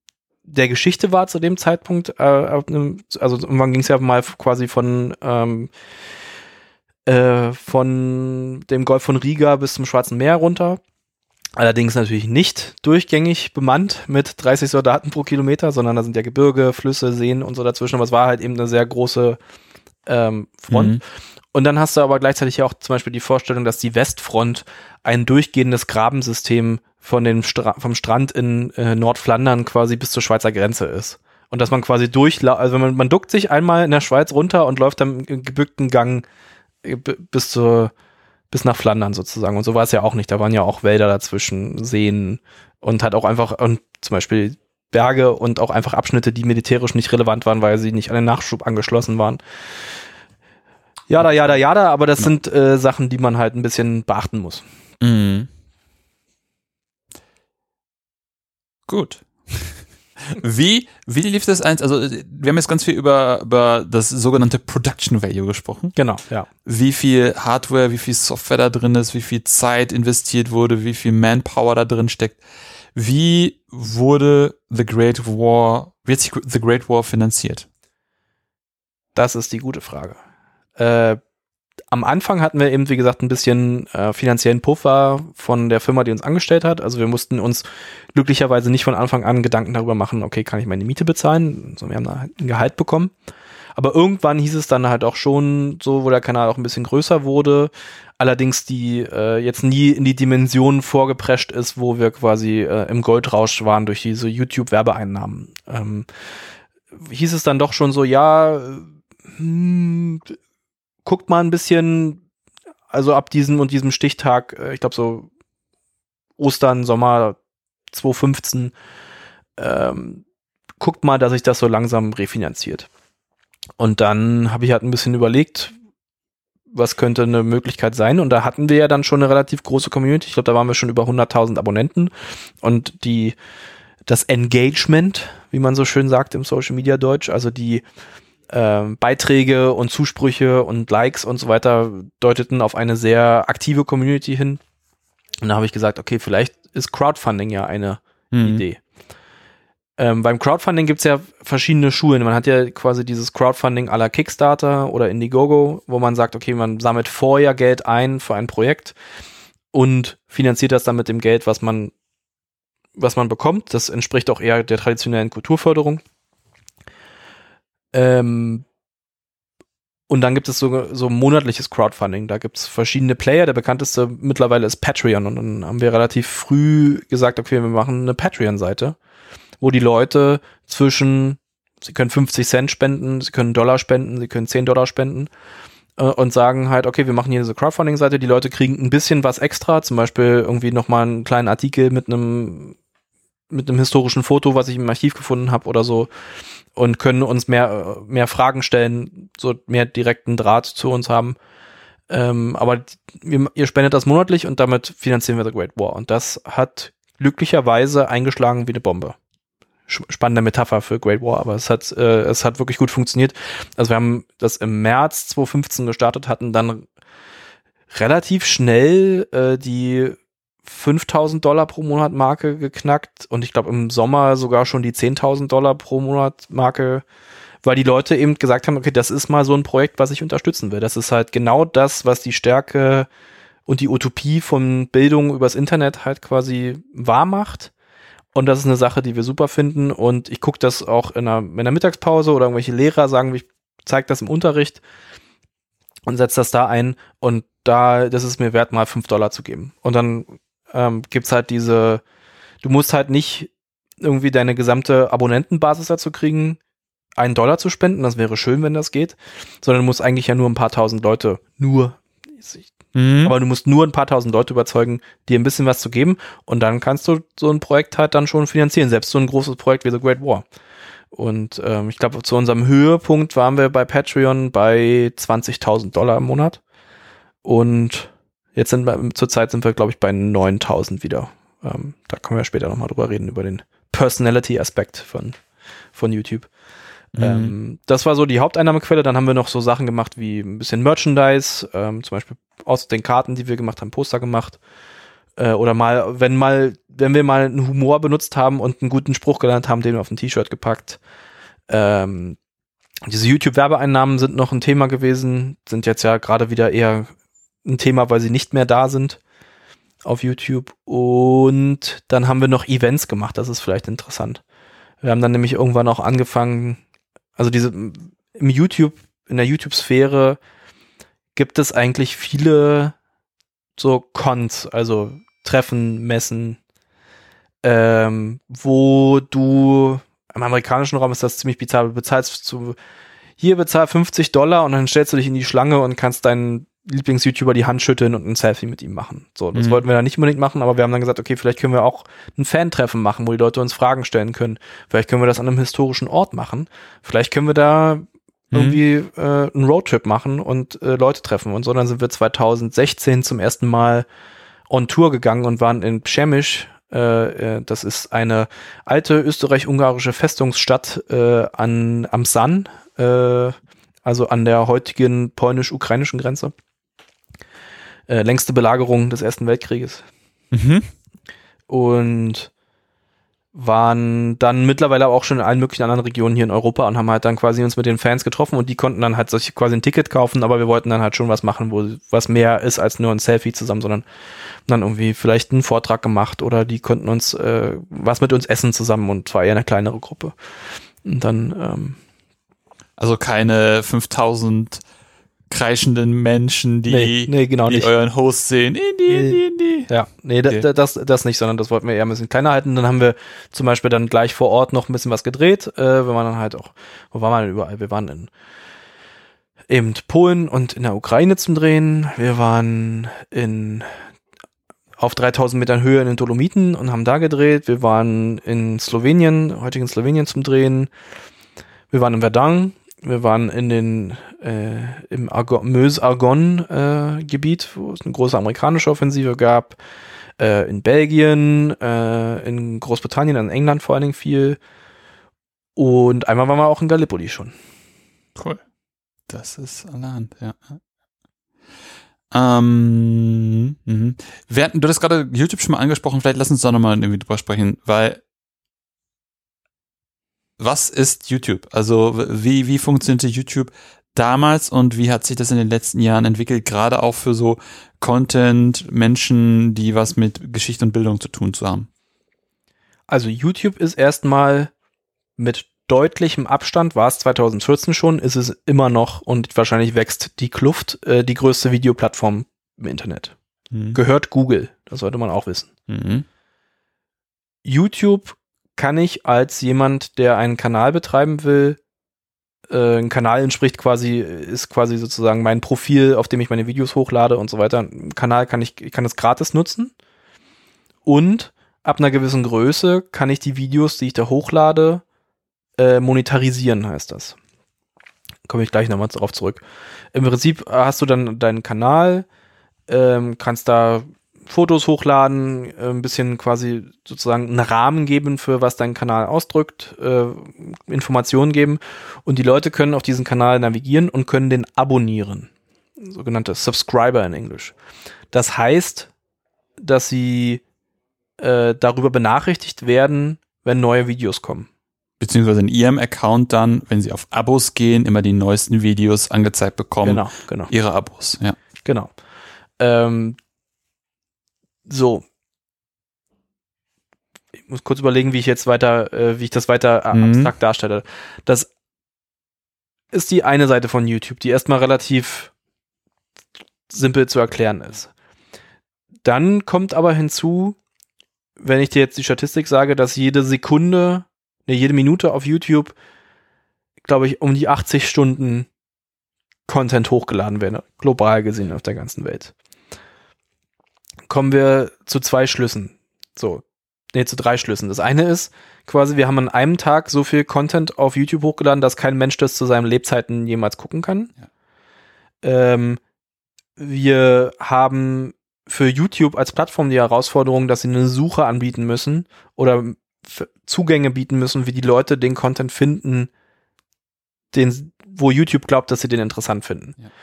der Geschichte war zu dem Zeitpunkt. Äh, also irgendwann ging es ja mal quasi von ähm, äh, von dem Golf von Riga bis zum Schwarzen Meer runter. Allerdings natürlich nicht durchgängig bemannt mit dreißig Soldaten pro Kilometer, sondern da sind ja Gebirge, Flüsse, Seen und so dazwischen. Aber es war halt eben eine sehr große ähm, Front. Mhm. Und dann hast du aber gleichzeitig ja auch zum Beispiel die Vorstellung, dass die Westfront ein durchgehendes Grabensystem von dem Stra- vom Strand in äh, Nordflandern quasi bis zur Schweizer Grenze ist. Und dass man quasi durch, also man, man duckt sich einmal in der Schweiz runter und läuft dann im gebückten Gang äh, bis zur bis nach Flandern sozusagen. Und so war es ja auch nicht. Da waren ja auch Wälder dazwischen, Seen und halt auch einfach und zum Beispiel Berge und auch einfach Abschnitte, die militärisch nicht relevant waren, weil sie nicht an den Nachschub angeschlossen waren. Jada, jada, jada, aber das sind äh, Sachen, die man halt ein bisschen beachten muss. Mhm. Gut. Wie, wie lief das eins? Also, wir haben jetzt ganz viel über, über das sogenannte Production Value gesprochen. Genau, ja. Wie viel Hardware, wie viel Software da drin ist, wie viel Zeit investiert wurde, wie viel Manpower da drin steckt. Wie wurde The Great War, wie hat sich The Great War finanziert? Das ist die gute Frage. Äh, am Anfang hatten wir eben, wie gesagt, ein bisschen äh, finanziellen Puffer von der Firma, die uns angestellt hat. Also wir mussten uns glücklicherweise nicht von Anfang an Gedanken darüber machen, okay, kann ich meine Miete bezahlen? Also wir haben da ein Gehalt bekommen. Aber irgendwann hieß es dann halt auch schon so, wo der Kanal auch ein bisschen größer wurde. Allerdings die äh, jetzt nie in die Dimension vorgeprescht ist, wo wir quasi äh, im Goldrausch waren durch diese YouTube-Werbeeinnahmen. Ähm, hieß es dann doch schon so, ja, hm, guckt mal ein bisschen, also ab diesem und diesem Stichtag, ich glaube so Ostern, Sommer zwanzig fünfzehn, ähm, guckt mal, dass sich das so langsam refinanziert. Und dann habe ich halt ein bisschen überlegt, was könnte eine Möglichkeit sein. Und da hatten wir ja dann schon eine relativ große Community. Ich glaube, da waren wir schon über hunderttausend Abonnenten. Und die das Engagement, wie man so schön sagt im Social Media Deutsch, also die Ähm, Beiträge und Zusprüche und Likes und so weiter deuteten auf eine sehr aktive Community hin. Und da habe ich gesagt, okay, vielleicht ist Crowdfunding ja eine mhm. Idee. Ähm, beim Crowdfunding gibt es ja verschiedene Schulen. Man hat ja quasi dieses Crowdfunding à la Kickstarter oder Indiegogo, wo man sagt, okay, man sammelt vorher Geld ein für ein Projekt und finanziert das dann mit dem Geld, was man, was man bekommt. Das entspricht auch eher der traditionellen Kulturförderung. Ähm, und dann gibt es so, so monatliches Crowdfunding. Da gibt es verschiedene Player. Der bekannteste mittlerweile ist Patreon. Und dann haben wir relativ früh gesagt, okay, wir machen eine Patreon-Seite, wo die Leute zwischen, sie können fünfzig Cent spenden, sie können Dollar spenden, sie können zehn Dollar spenden äh, und sagen halt, okay, wir machen hier diese Crowdfunding-Seite. Die Leute kriegen ein bisschen was extra, zum Beispiel irgendwie nochmal einen kleinen Artikel mit einem mit einem historischen Foto, was ich im Archiv gefunden habe oder so. Und können uns mehr, mehr Fragen stellen, so mehr direkten Draht zu uns haben. Ähm, aber wir, ihr spendet das monatlich und damit finanzieren wir The Great War. Und das hat glücklicherweise eingeschlagen wie eine Bombe. Spannende Metapher für Great War, aber es hat, äh, es hat wirklich gut funktioniert. Also wir haben das im März zwanzig fünfzehn gestartet, hatten dann relativ schnell äh, die fünftausend Dollar pro Monat Marke geknackt und ich glaube im Sommer sogar schon die zehntausend Dollar pro Monat Marke, weil die Leute eben gesagt haben, okay, das ist mal so ein Projekt, was ich unterstützen will. Das ist halt genau das, was die Stärke und die Utopie von Bildung übers Internet halt quasi wahr macht. Und das ist eine Sache, die wir super finden und ich gucke das auch in einer, in einer Mittagspause oder irgendwelche Lehrer sagen, ich zeige das im Unterricht und setze das da ein und da, das ist mir wert, mal fünf Dollar zu geben. Und dann Ähm, gibt's halt diese, du musst halt nicht irgendwie deine gesamte Abonnentenbasis dazu kriegen, einen Dollar zu spenden, das wäre schön, wenn das geht, sondern du musst eigentlich ja nur ein paar tausend Leute, nur, mhm. aber du musst nur ein paar tausend Leute überzeugen, dir ein bisschen was zu geben und dann kannst du so ein Projekt halt dann schon finanzieren, selbst so ein großes Projekt wie The Great War. Und ähm, ich glaube, zu unserem Höhepunkt waren wir bei Patreon bei zwanzigtausend Dollar im Monat und jetzt sind wir, zurzeit sind wir, glaube ich, bei neuntausend wieder. Ähm, da können wir später nochmal drüber reden, über den Personality-Aspekt von, von YouTube. Mhm. Ähm, das war so die Haupteinnahmequelle. Dann haben wir noch so Sachen gemacht wie ein bisschen Merchandise, ähm, zum Beispiel aus den Karten, die wir gemacht haben, Poster gemacht. Äh, oder mal, wenn mal, wenn wir mal einen Humor benutzt haben und einen guten Spruch gelernt haben, den wir auf ein T-Shirt gepackt. Ähm, diese YouTube-Werbeeinnahmen sind noch ein Thema gewesen, sind jetzt ja gerade wieder eher ein Thema, weil sie nicht mehr da sind auf YouTube. Und dann haben wir noch Events gemacht, das ist vielleicht interessant. Wir haben dann nämlich irgendwann auch angefangen, also diese im YouTube, in der YouTube-Sphäre gibt es eigentlich viele so Cons, also Treffen, Messen, ähm, wo du, im amerikanischen Raum ist das ziemlich bizarr, du bezahlst zu, hier bezahl fünfzig Dollar und dann stellst du dich in die Schlange und kannst deinen Lieblings-YouTuber die Hand schütteln und ein Selfie mit ihm machen. So, das mhm. wollten wir dann nicht unbedingt machen, aber wir haben dann gesagt, okay, vielleicht können wir auch ein Fan-Treffen machen, wo die Leute uns Fragen stellen können. Vielleicht können wir das an einem historischen Ort machen. Vielleicht können wir da mhm. irgendwie äh, einen Roadtrip machen und äh, Leute treffen. Und so, dann sind wir zwanzig sechzehn zum ersten Mal on Tour gegangen und waren in Przemyśl. Äh, das ist eine alte österreich-ungarische Festungsstadt äh, an, am San, äh, also an der heutigen polnisch-ukrainischen Grenze. Äh, längste Belagerung des Ersten Weltkrieges. Mhm. Und waren dann mittlerweile auch schon in allen möglichen anderen Regionen hier in Europa und haben halt dann quasi uns mit den Fans getroffen und die konnten dann halt solche quasi ein Ticket kaufen, aber wir wollten dann halt schon was machen, wo was mehr ist als nur ein Selfie zusammen, sondern dann irgendwie vielleicht einen Vortrag gemacht oder die konnten uns äh, was mit uns essen zusammen und zwar eher eine kleinere Gruppe. Und dann ähm, also keine fünftausend kreischenden Menschen, die, nee, nee, genau die nicht. euren Host sehen. Indie, nee. Indie, Indie. Ja, nee, okay. da, das, das nicht, sondern das wollten wir eher ein bisschen kleiner halten. Dann haben wir zum Beispiel dann gleich vor Ort noch ein bisschen was gedreht. Äh, wir waren dann halt auch, wo waren wir denn überall? Wir waren in eben Polen und in der Ukraine zum Drehen. Wir waren in auf dreitausend Metern Höhe in den Dolomiten und haben da gedreht. Wir waren in Slowenien, heutigen Slowenien zum Drehen. Wir waren in Verdun. Wir waren in den äh, im Meuse-Argonne-Gebiet, äh, wo es eine große amerikanische Offensive gab. Äh, in Belgien, äh, in Großbritannien, in England vor allen Dingen viel. Und einmal waren wir auch in Gallipoli schon. Cool. Das ist allerhand, ja. Ähm, mhm. Wir hatten, du hast gerade YouTube schon mal angesprochen, vielleicht lass uns da nochmal irgendwie drüber sprechen, weil was ist YouTube? Also wie, wie funktionierte YouTube damals und wie hat sich das in den letzten Jahren entwickelt, gerade auch für so Content, Menschen, die was mit Geschichte und Bildung zu tun zu haben? Also YouTube ist erstmal mit deutlichem Abstand, war es zwanzig vierzehn schon, ist es immer noch und wahrscheinlich wächst die Kluft, äh, die größte Videoplattform im Internet. Mhm. Gehört Google, das sollte man auch wissen. Mhm. YouTube kann ich als jemand, der einen Kanal betreiben will, äh, ein Kanal entspricht quasi, ist quasi sozusagen mein Profil, auf dem ich meine Videos hochlade und so weiter. Ein Kanal kann ich, ich kann das gratis nutzen und ab einer gewissen Größe kann ich die Videos, die ich da hochlade, äh, monetarisieren, heißt das. Komme ich gleich nochmal darauf zurück. Im Prinzip hast du dann deinen Kanal, ähm, kannst da Fotos hochladen, ein bisschen quasi sozusagen einen Rahmen geben, für was dein Kanal ausdrückt, äh, Informationen geben und die Leute können auf diesen Kanal navigieren und können den abonnieren. Sogenannte Subscriber in Englisch. Das heißt, dass sie äh, darüber benachrichtigt werden, wenn neue Videos kommen. Beziehungsweise in ihrem Account dann, wenn sie auf Abos gehen, immer die neuesten Videos angezeigt bekommen. Genau, genau. Ihre Abos, ja. Genau. Ähm, So. Ich muss kurz überlegen, wie ich jetzt weiter, äh, wie ich das weiter äh, mhm. abstrakt darstelle. Das ist die eine Seite von YouTube, die erstmal relativ simpel zu erklären ist. Dann kommt aber hinzu, wenn ich dir jetzt die Statistik sage, dass jede Sekunde, ne, jede Minute auf YouTube, glaube ich, um die achtzig Stunden Content hochgeladen werden, global gesehen auf der ganzen Welt. Kommen wir zu zwei Schlüssen. So, nee, zu drei Schlüssen. Das eine ist quasi, wir haben an einem Tag so viel Content auf YouTube hochgeladen, dass kein Mensch das zu seinen Lebzeiten jemals gucken kann. Ja. Ähm, wir haben für YouTube als Plattform die Herausforderung, dass sie eine Suche anbieten müssen oder Zugänge bieten müssen, wie die Leute den Content finden, den, wo YouTube glaubt, dass sie den interessant finden. Ja.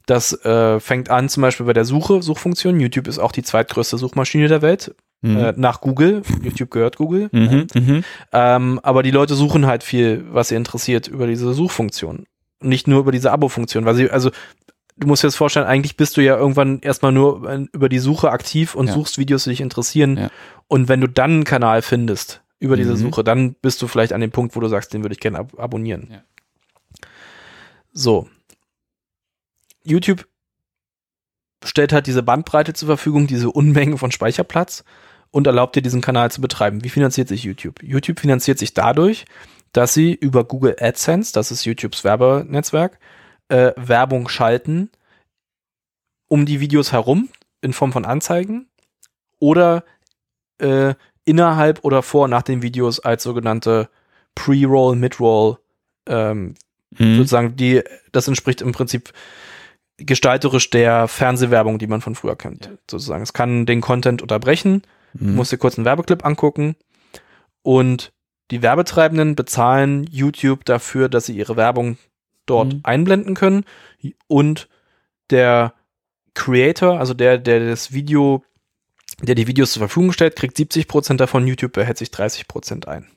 Das äh, fängt an zum Beispiel bei der Suche, Suchfunktion. YouTube ist auch die zweitgrößte Suchmaschine der Welt. Mhm. Äh, nach Google. YouTube gehört Google. Mhm, ja. mhm. Ähm, aber die Leute suchen halt viel, was sie interessiert, über diese Suchfunktion. Nicht nur über diese Abo-Funktion. Weil sie, also, du musst dir das vorstellen, eigentlich bist du ja irgendwann erstmal nur über die Suche aktiv und ja. suchst Videos, die dich interessieren. Ja. Und wenn du dann einen Kanal findest über diese mhm. Suche, dann bist du vielleicht an dem Punkt, wo du sagst, den würde ich gerne ab- abonnieren. Ja. So. YouTube stellt halt diese Bandbreite zur Verfügung, diese Unmengen von Speicherplatz und erlaubt dir, diesen Kanal zu betreiben. Wie finanziert sich YouTube? YouTube finanziert sich dadurch, dass sie über Google AdSense, das ist YouTubes Werbenetzwerk, äh, Werbung schalten um die Videos herum in Form von Anzeigen oder äh, innerhalb oder vor und nach den Videos als sogenannte Pre-Roll, Mid-Roll ähm, mhm. sozusagen, die, das entspricht im Prinzip gestalterisch der Fernsehwerbung, die man von früher kennt, ja. sozusagen. Es kann den Content unterbrechen, mhm. du musst dir kurz einen Werbeclip angucken und die Werbetreibenden bezahlen YouTube dafür, dass sie ihre Werbung dort mhm. einblenden können und der Creator, also der, der das Video, der die Videos zur Verfügung stellt, kriegt siebzig Prozent davon, YouTube behält sich dreißig Prozent ein.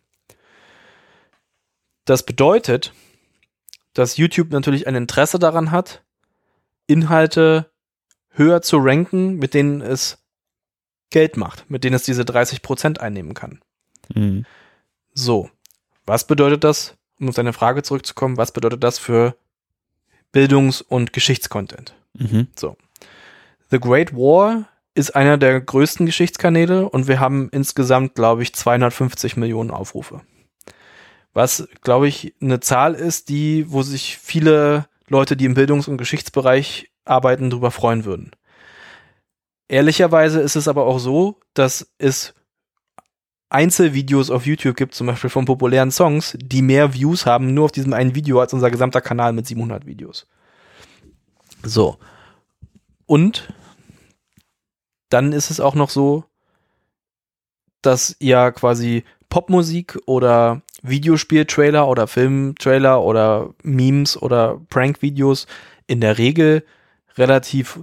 Das bedeutet, dass YouTube natürlich ein Interesse daran hat, Inhalte höher zu ranken, mit denen es Geld macht, mit denen es diese dreißig Prozent einnehmen kann. Mhm. So, was bedeutet das, um auf deine Frage zurückzukommen, was bedeutet das für Bildungs- und Geschichtscontent? Mhm. So. The Great War ist einer der größten Geschichtskanäle und wir haben insgesamt, glaube ich, zweihundertfünfzig Millionen Aufrufe. Was, glaube ich, eine Zahl ist, die, wo sich viele Leute, die im Bildungs- und Geschichtsbereich arbeiten, darüber freuen würden. Ehrlicherweise ist es aber auch so, dass es Einzelvideos auf YouTube gibt, zum Beispiel von populären Songs, die mehr Views haben, nur auf diesem einen Video, als unser gesamter Kanal mit siebenhundert Videos. So. Und dann ist es auch noch so, dass ja quasi Popmusik oder Videospieltrailer oder Filmtrailer oder Memes oder Prankvideos in der Regel relativ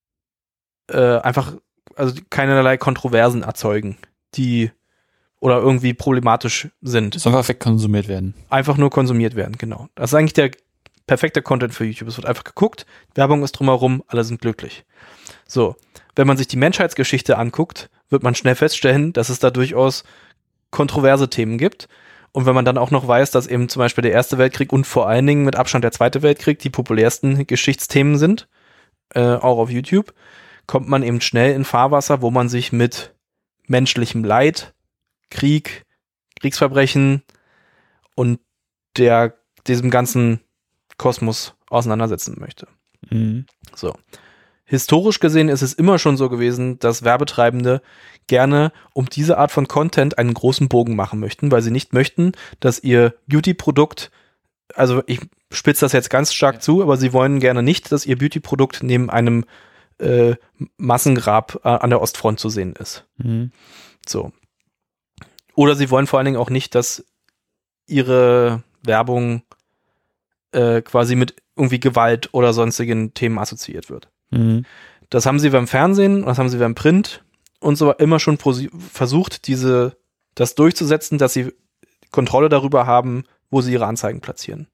äh, einfach, also keinerlei Kontroversen erzeugen, die oder irgendwie problematisch sind. Es einfach wegkonsumiert werden. Einfach nur konsumiert werden, genau. Das ist eigentlich der perfekte Content für YouTube. Es wird einfach geguckt, Werbung ist drumherum, alle sind glücklich. So, wenn man sich die Menschheitsgeschichte anguckt, wird man schnell feststellen, dass es da durchaus kontroverse Themen gibt. Und wenn man dann auch noch weiß, dass eben zum Beispiel der Erste Weltkrieg und vor allen Dingen mit Abstand der Zweite Weltkrieg die populärsten Geschichtsthemen sind, äh, auch auf YouTube, kommt man eben schnell in Fahrwasser, wo man sich mit menschlichem Leid, Krieg, Kriegsverbrechen und der, diesem ganzen Kosmos auseinandersetzen möchte. Mhm. So. Historisch gesehen ist es immer schon so gewesen, dass Werbetreibende gerne um diese Art von Content einen großen Bogen machen möchten, weil sie nicht möchten, dass ihr Beauty-Produkt, also ich spitze das jetzt ganz stark ja. zu, aber sie wollen gerne nicht, dass ihr Beauty-Produkt neben einem äh, Massengrab äh, an der Ostfront zu sehen ist. Mhm. So. Oder sie wollen vor allen Dingen auch nicht, dass ihre Werbung äh, quasi mit irgendwie Gewalt oder sonstigen Themen assoziiert wird. Mhm. Das haben sie beim Fernsehen, das haben sie beim Print und so immer schon prosi- versucht, diese, das durchzusetzen, dass sie Kontrolle darüber haben, wo sie ihre Anzeigen platzieren.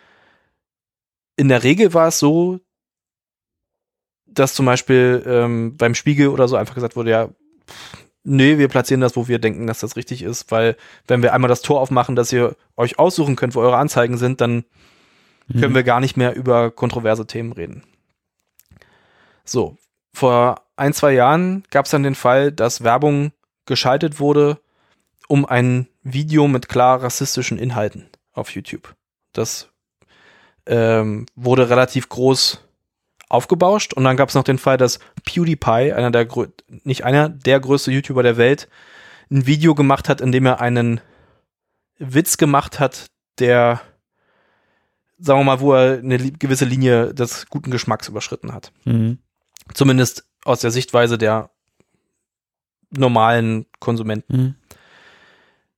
In der Regel war es so, dass zum Beispiel ähm, beim Spiegel oder so einfach gesagt wurde, ja, pff, nee, wir platzieren das, wo wir denken, dass das richtig ist, weil wenn wir einmal das Tor aufmachen, dass ihr euch aussuchen könnt, wo eure Anzeigen sind, dann mhm. können wir gar nicht mehr über kontroverse Themen reden. So, vor ein, zwei Jahren gab es dann den Fall, dass Werbung geschaltet wurde, um ein Video mit klar rassistischen Inhalten auf YouTube. Das ähm, wurde relativ groß aufgebauscht und dann gab es noch den Fall, dass PewDiePie, einer der grö- nicht einer, der größte YouTuber der Welt, ein Video gemacht hat, in dem er einen Witz gemacht hat, der, sagen wir mal, wo er eine li- gewisse Linie des guten Geschmacks überschritten hat. Mhm. Zumindest aus der Sichtweise der normalen Konsumenten. Mhm.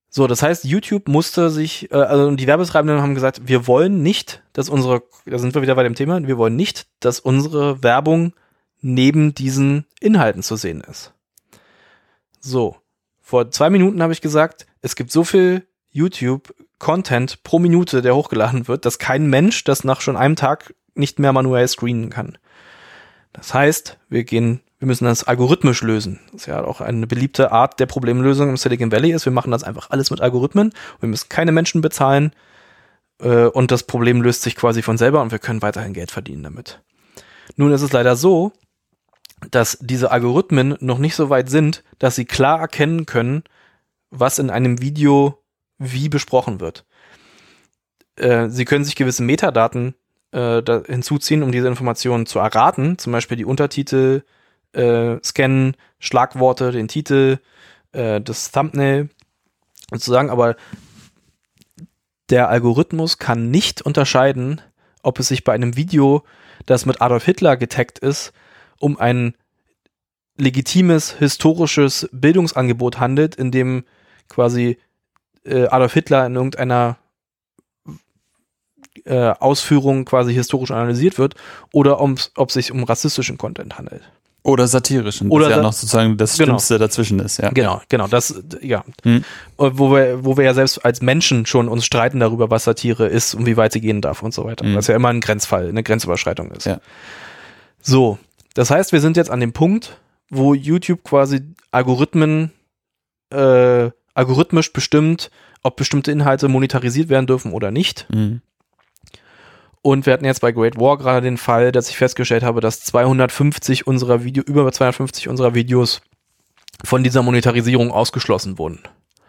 So, das heißt, YouTube musste sich, äh, also die Werbetreibenden haben gesagt, wir wollen nicht, dass unsere, da sind wir wieder bei dem Thema, wir wollen nicht, dass unsere Werbung neben diesen Inhalten zu sehen ist. So, vor zwei Minuten habe ich gesagt, es gibt so viel YouTube-Content pro Minute, der hochgeladen wird, dass kein Mensch das nach schon einem Tag nicht mehr manuell screenen kann. Das heißt, wir gehen, wir müssen das algorithmisch lösen. Das ist ja auch eine beliebte Art der Problemlösung im Silicon Valley ist. Wir machen das einfach alles mit Algorithmen. Wir müssen keine Menschen bezahlen äh, und das Problem löst sich quasi von selber und wir können weiterhin Geld verdienen damit. Nun ist es leider so, dass diese Algorithmen noch nicht so weit sind, dass sie klar erkennen können, was in einem Video wie besprochen wird. Äh, sie können sich gewisse Metadaten äh, da hinzuziehen, um diese Informationen zu erraten, zum Beispiel die Untertitel äh, scannen, Schlagworte, den Titel, äh, das Thumbnail sozusagen, aber der Algorithmus kann nicht unterscheiden, ob es sich bei einem Video, das mit Adolf Hitler getaggt ist, um ein legitimes historisches Bildungsangebot handelt, in dem quasi äh, Adolf Hitler in irgendeiner äh, Ausführung quasi historisch analysiert wird, oder ob es sich um rassistischen Content handelt. Oder satirischen, Oder das ja sa- noch sozusagen das genau. Schlimmste dazwischen ist. Ja. Genau, genau, das, ja. Hm. Wo wir, wo wir ja selbst als Menschen schon uns streiten darüber, was Satire ist und wie weit sie gehen darf und so weiter. Hm. Was ja immer ein Grenzfall, eine Grenzüberschreitung ist. Ja. So, das heißt, wir sind jetzt an dem Punkt, wo YouTube quasi Algorithmen, äh, algorithmisch bestimmt, ob bestimmte Inhalte monetarisiert werden dürfen oder nicht. Mhm. Und wir hatten jetzt bei Great War gerade den Fall, dass ich festgestellt habe, dass zweihundertfünfzig unserer Video, über zweihundertfünfzig unserer Videos von dieser Monetarisierung ausgeschlossen wurden.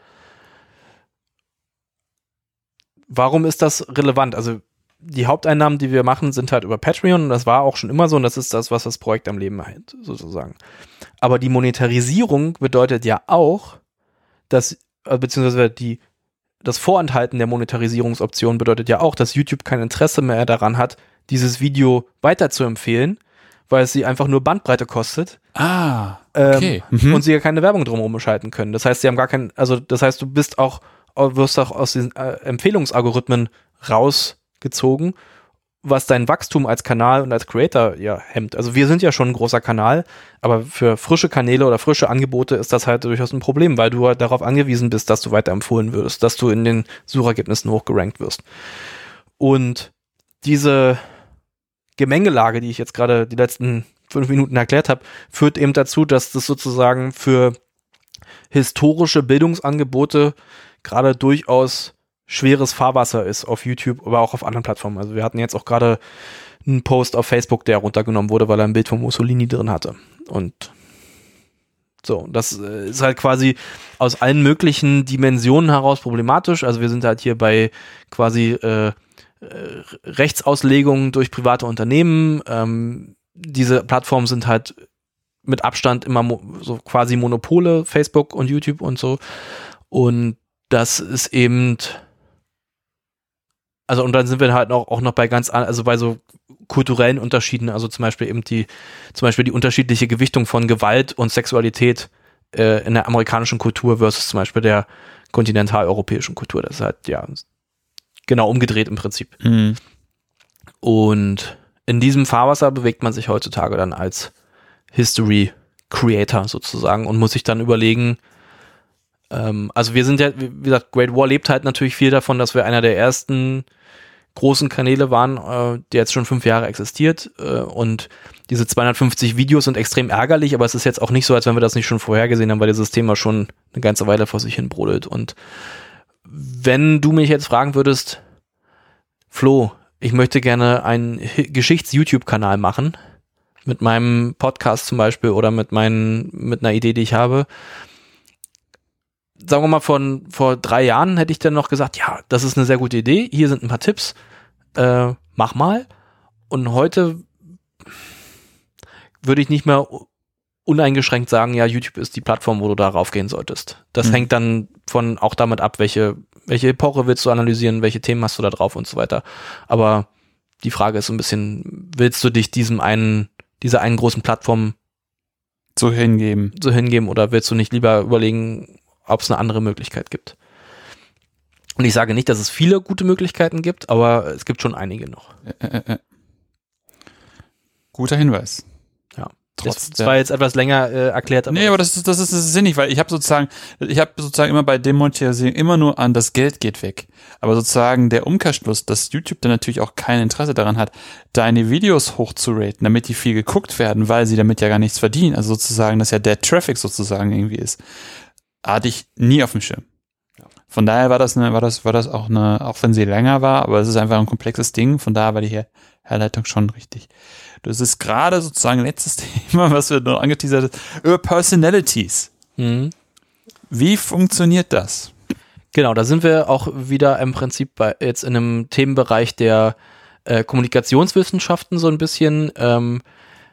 Warum ist das relevant? Also die Haupteinnahmen, die wir machen, sind halt über Patreon und das war auch schon immer so und das ist das, was das Projekt am Leben hält, sozusagen. Aber die Monetarisierung bedeutet ja auch, dass, beziehungsweise die das Vorenthalten der Monetarisierungsoption bedeutet ja auch, dass YouTube kein Interesse mehr daran hat, dieses Video weiter zu empfehlen, weil es sie einfach nur Bandbreite kostet. Ah, okay. Ähm, Mhm. Und sie ja keine Werbung drumherum schalten können. Das heißt, sie haben gar keinen, also das heißt, du bist auch, wirst auch aus den äh, Empfehlungsalgorithmen rausgezogen, was dein Wachstum als Kanal und als Creator ja hemmt. Also wir sind ja schon ein großer Kanal, aber für frische Kanäle oder frische Angebote ist das halt durchaus ein Problem, weil du halt darauf angewiesen bist, dass du weiterempfohlen wirst, dass du in den Suchergebnissen hochgerankt wirst. Und diese Gemengelage, die ich jetzt gerade die letzten fünf Minuten erklärt habe, führt eben dazu, dass das sozusagen für historische Bildungsangebote gerade durchaus schweres Fahrwasser ist auf YouTube, aber auch auf anderen Plattformen. Also wir hatten jetzt auch gerade einen Post auf Facebook, der runtergenommen wurde, weil er ein Bild von Mussolini drin hatte. Und so, das ist halt quasi aus allen möglichen Dimensionen heraus problematisch. Also wir sind halt hier bei quasi äh, Rechtsauslegungen durch private Unternehmen. Ähm, diese Plattformen sind halt mit Abstand immer mo- so quasi Monopole, Facebook und YouTube und so. Und das ist eben Also und dann sind wir halt auch, auch noch bei ganz, also bei so kulturellen Unterschieden, also zum Beispiel eben die, zum Beispiel die unterschiedliche Gewichtung von Gewalt und Sexualität äh, in der amerikanischen Kultur versus zum Beispiel der kontinentaleuropäischen Kultur. Das ist halt ja genau umgedreht im Prinzip. Mhm. Und in diesem Fahrwasser bewegt man sich heutzutage dann als History Creator sozusagen und muss sich dann überlegen, ähm, also wir sind ja, wie gesagt, Great War lebt halt natürlich viel davon, dass wir einer der ersten großen Kanäle waren, äh, der jetzt schon fünf Jahre existiert äh, und diese zweihundertfünfzig Videos sind extrem ärgerlich, aber es ist jetzt auch nicht so, als wenn wir das nicht schon vorher gesehen haben, weil dieses Thema schon eine ganze Weile vor sich hin brodelt. Und wenn du mich jetzt fragen würdest, Flo, ich möchte gerne einen Geschichts-YouTube-Kanal machen, mit meinem Podcast zum Beispiel oder mit meinen, mit einer Idee, die ich habe, sagen wir mal, von vor drei Jahren hätte ich dann noch gesagt, ja, das ist eine sehr gute Idee, hier sind ein paar Tipps, äh, mach mal. Und heute würde ich nicht mehr uneingeschränkt sagen, ja, YouTube ist die Plattform, wo du da raufgehen solltest. Das mhm. hängt dann von auch damit ab, welche, welche Epoche willst du analysieren, welche Themen hast du da drauf und so weiter. Aber die Frage ist so ein bisschen, willst du dich diesem einen, dieser einen großen Plattform so hingeben? So hingeben oder willst du nicht lieber überlegen, ob es eine andere Möglichkeit gibt? Und ich sage nicht, dass es viele gute Möglichkeiten gibt, aber es gibt schon einige noch. Äh, äh, äh. Guter Hinweis. Ja. Das, das war jetzt etwas länger äh, erklärt. Aber nee, aber das ist, das ist, das ist sinnig, weil ich habe sozusagen, ich habe sozusagen immer bei Demonetisierung immer nur an das Geld geht weg. Aber sozusagen der Umkehrschluss, dass YouTube dann natürlich auch kein Interesse daran hat, deine Videos hochzuraten, damit die viel geguckt werden, weil sie damit ja gar nichts verdienen. Also sozusagen, dass ja der Traffic sozusagen irgendwie ist. Hatte ich nie auf dem Schirm. Von daher war das eine, war das, war das auch eine, auch wenn sie länger war, aber es ist einfach ein komplexes Ding. Von daher war die Her- Herleitung schon richtig. Das ist gerade sozusagen letztes Thema, was wir noch angeteasert haben, über Personalities. Mhm. Wie funktioniert das? Genau, da sind wir auch wieder im Prinzip bei, jetzt in einem Themenbereich der äh, Kommunikationswissenschaften so ein bisschen ähm,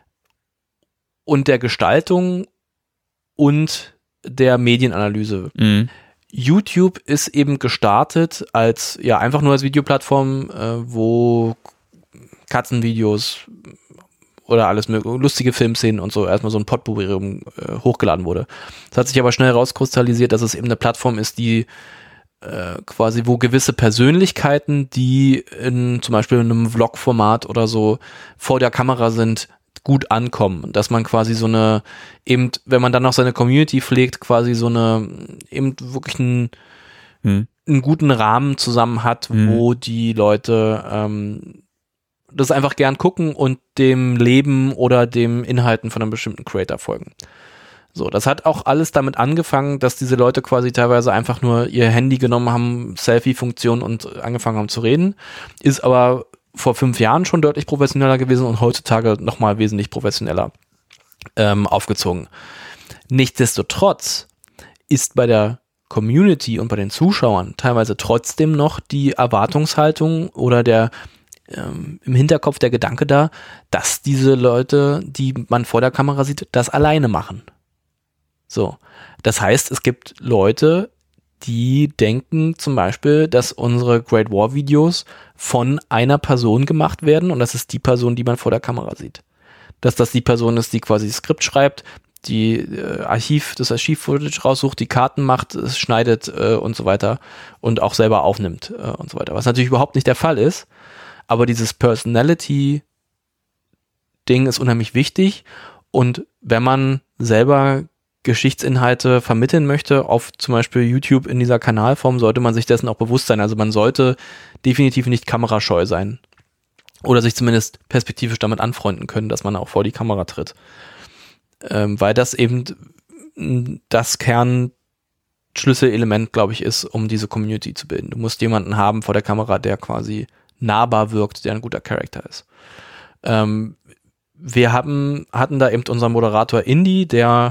und der Gestaltung und der Medienanalyse. Mhm. YouTube ist eben gestartet als, ja, einfach nur als Videoplattform, äh, wo Katzenvideos oder alles mögliche, lustige Filmszenen und so, erstmal so ein Potpourri äh, hochgeladen wurde. Es hat sich aber schnell rauskristallisiert, dass es eben eine Plattform ist, die äh, quasi, wo gewisse Persönlichkeiten, die in zum Beispiel in einem Vlog-Format oder so vor der Kamera sind, gut ankommen, dass man quasi so eine, eben, wenn man dann noch seine Community pflegt, quasi so eine, eben wirklich einen, hm. einen guten Rahmen zusammen hat, hm. wo die Leute ähm, das einfach gern gucken und dem Leben oder dem Inhalten von einem bestimmten Creator folgen. So, das hat auch alles damit angefangen, dass diese Leute quasi teilweise einfach nur ihr Handy genommen haben, Selfie-Funktion und angefangen haben zu reden, ist aber vor fünf Jahren schon deutlich professioneller gewesen und heutzutage nochmal wesentlich professioneller ähm, aufgezogen. Nichtsdestotrotz ist bei der Community und bei den Zuschauern teilweise trotzdem noch die Erwartungshaltung oder der ähm, im Hinterkopf der Gedanke da, dass diese Leute, die man vor der Kamera sieht, das alleine machen. So, das heißt, es gibt Leute, die denken zum Beispiel, dass unsere Great War Videos von einer Person gemacht werden und das ist die Person, die man vor der Kamera sieht. Dass das die Person ist, die quasi das Skript schreibt, die äh, Archiv, das Archiv-Footage raussucht, die Karten macht, es schneidet äh, und so weiter und auch selber aufnimmt äh, und so weiter. Was natürlich überhaupt nicht der Fall ist, aber dieses Personality-Ding ist unheimlich wichtig und wenn man selber Geschichtsinhalte vermitteln möchte, auf zum Beispiel YouTube in dieser Kanalform, sollte man sich dessen auch bewusst sein. Also man sollte definitiv nicht kamerascheu sein. Oder sich zumindest perspektivisch damit anfreunden können, dass man auch vor die Kamera tritt. Ähm, weil das eben das Kernschlüsselelement, glaube ich, ist, um diese Community zu bilden. Du musst jemanden haben vor der Kamera, der quasi nahbar wirkt, der ein guter Charakter ist. Ähm, wir haben, hatten da eben unseren Moderator Indy, der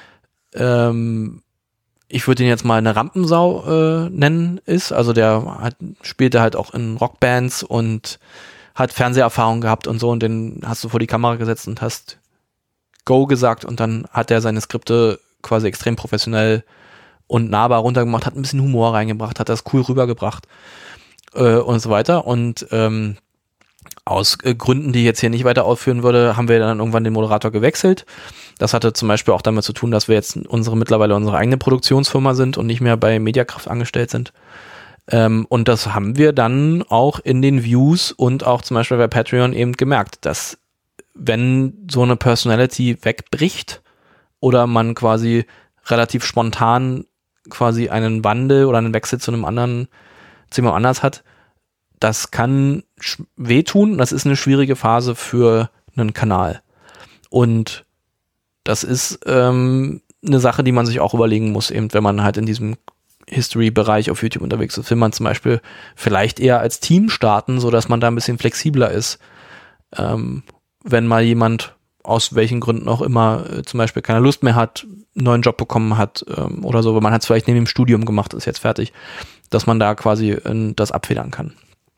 Ähm, ich würde ihn jetzt mal eine Rampensau äh, nennen, ist. Also der hat, spielte halt auch in Rockbands und hat Fernseherfahrung gehabt und so und den hast du vor die Kamera gesetzt und hast Go gesagt und dann hat er seine Skripte quasi extrem professionell und nahbar runtergemacht, hat ein bisschen Humor reingebracht, hat das cool rübergebracht äh, und so weiter und ähm, aus äh, Gründen, die ich jetzt hier nicht weiter ausführen würde, haben wir dann irgendwann den Moderator gewechselt. Das hatte zum Beispiel auch damit zu tun, dass wir jetzt unsere mittlerweile unsere eigene Produktionsfirma sind und nicht mehr bei Mediakraft angestellt sind. Ähm, und das haben wir dann auch in den Views und auch zum Beispiel bei Patreon eben gemerkt, dass wenn so eine Personality wegbricht oder man quasi relativ spontan quasi einen Wandel oder einen Wechsel zu einem anderen, zu jemand anders hat, das kann sch- wehtun. Das ist eine schwierige Phase für einen Kanal. Und das ist ähm, eine Sache, die man sich auch überlegen muss, eben wenn man halt in diesem History-Bereich auf YouTube unterwegs ist. Will man zum Beispiel vielleicht eher als Team starten, sodass man da ein bisschen flexibler ist. Ähm, wenn mal jemand aus welchen Gründen auch immer äh, zum Beispiel keine Lust mehr hat, einen neuen Job bekommen hat ähm, oder so, weil man hat es vielleicht neben dem Studium gemacht, ist jetzt fertig, dass man da quasi äh, das abfedern kann.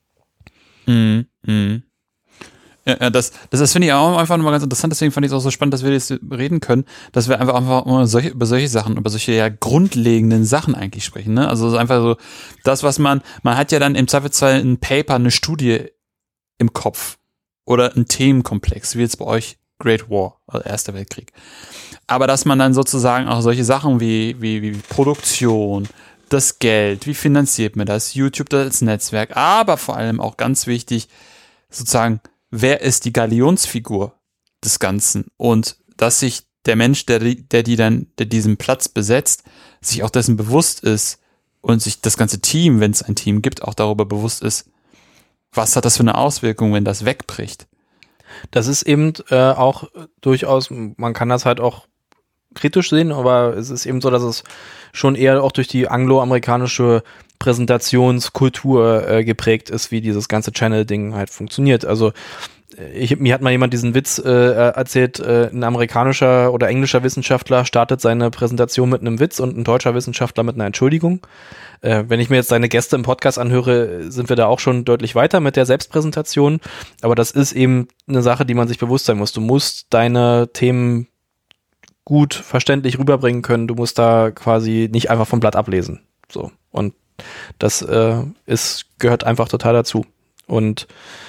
Mhm. Mhm. Ja, das, das, das finde ich auch einfach nochmal ganz interessant, deswegen fand ich es auch so spannend, dass wir jetzt reden können, dass wir einfach, einfach über, solche, über solche Sachen, über solche ja grundlegenden Sachen eigentlich sprechen, ne? Also es ist einfach so, das, was man, man hat ja dann im Zweifelsfall ein Paper, eine Studie im Kopf oder ein Themenkomplex, wie jetzt bei euch Great War, also Erster Weltkrieg. Aber dass man dann sozusagen auch solche Sachen wie, wie, wie Produktion, das Geld, wie finanziert man das, YouTube als Netzwerk, aber vor allem auch ganz wichtig, sozusagen, wer ist die Galionsfigur des Ganzen und dass sich der Mensch, der, der die dann, der diesen Platz besetzt, sich auch dessen bewusst ist und sich das ganze Team, wenn es ein Team gibt, auch darüber bewusst ist, was hat das für eine Auswirkung, wenn das wegbricht. Das ist eben äh, auch durchaus, man kann das halt auch kritisch sehen, aber es ist eben so, dass es schon eher auch durch die angloamerikanische Präsentationskultur äh, geprägt ist, wie dieses ganze Channel-Ding halt funktioniert. Also ich, mir hat mal jemand diesen Witz äh, erzählt, äh, ein amerikanischer oder englischer Wissenschaftler startet seine Präsentation mit einem Witz und ein deutscher Wissenschaftler mit einer Entschuldigung. Äh, wenn ich mir jetzt seine Gäste im Podcast anhöre, sind wir da auch schon deutlich weiter mit der Selbstpräsentation. Aber das ist eben eine Sache, die man sich bewusst sein muss. Du musst deine Themen gut verständlich rüberbringen können. Du musst da quasi nicht einfach vom Blatt ablesen. So. Und das äh, ist, gehört einfach total dazu. Und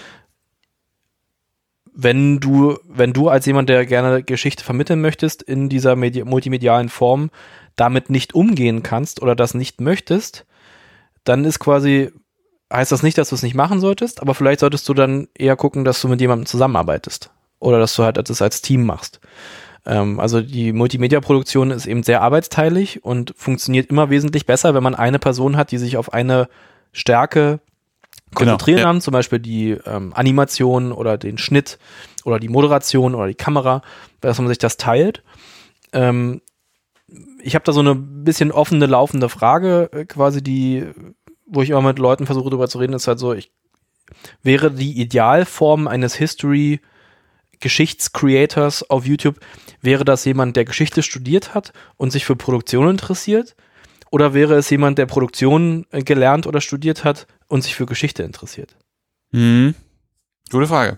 wenn du, wenn du als jemand, der gerne Geschichte vermitteln möchtest, in dieser Medi- multimedialen Form damit nicht umgehen kannst oder das nicht möchtest, dann ist quasi, heißt das nicht, dass du es nicht machen solltest, aber vielleicht solltest du dann eher gucken, dass du mit jemandem zusammenarbeitest oder dass du halt das als Team machst. Ähm, also die Multimedia-Produktion ist eben sehr arbeitsteilig und funktioniert immer wesentlich besser, wenn man eine Person hat, die sich auf eine Stärke konzentrieren Genau, ja. haben, zum Beispiel die ähm, Animation oder den Schnitt oder die Moderation oder die Kamera, dass man sich das teilt. Ähm, ich habe da so eine bisschen offene, laufende Frage, äh, quasi die, wo ich immer mit Leuten versuche, darüber zu reden, ist halt so, ich wäre die Idealform eines History-Geschichts-Creators auf YouTube, wäre das jemand, der Geschichte studiert hat und sich für Produktion interessiert? Oder wäre es jemand, der Produktion äh, gelernt oder studiert hat und sich für Geschichte interessiert? Mhm. Gute Frage.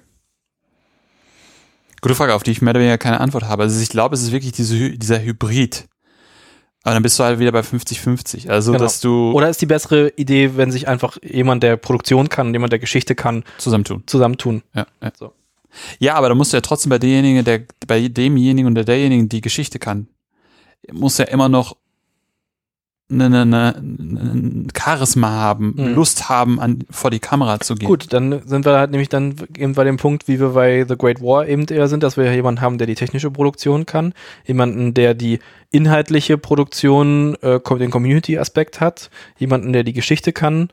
Gute Frage, auf die ich mehr oder weniger keine Antwort habe. Also ich glaube, es ist wirklich diese, dieser Hybrid. Aber dann bist du halt wieder bei fünfzig fünfzig. Also, Genau. dass du Oder ist die bessere Idee, wenn sich einfach jemand, der Produktion kann und jemand, der Geschichte kann, zusammentun. zusammentun? Ja, ja. So. Ja, aber da musst du ja trotzdem bei demjenigen, der, bei demjenigen oder derjenigen, die Geschichte kann, muss ja immer noch eine, eine, eine, ein Charisma haben, Mhm. Lust haben, an, vor die Kamera zu gehen. Gut, dann sind wir halt nämlich dann eben bei dem Punkt, wie wir bei The Great War eben eher sind, dass wir jemanden haben, der die technische Produktion kann, jemanden, der die inhaltliche Produktion, äh, den Community-Aspekt hat, jemanden, der die Geschichte kann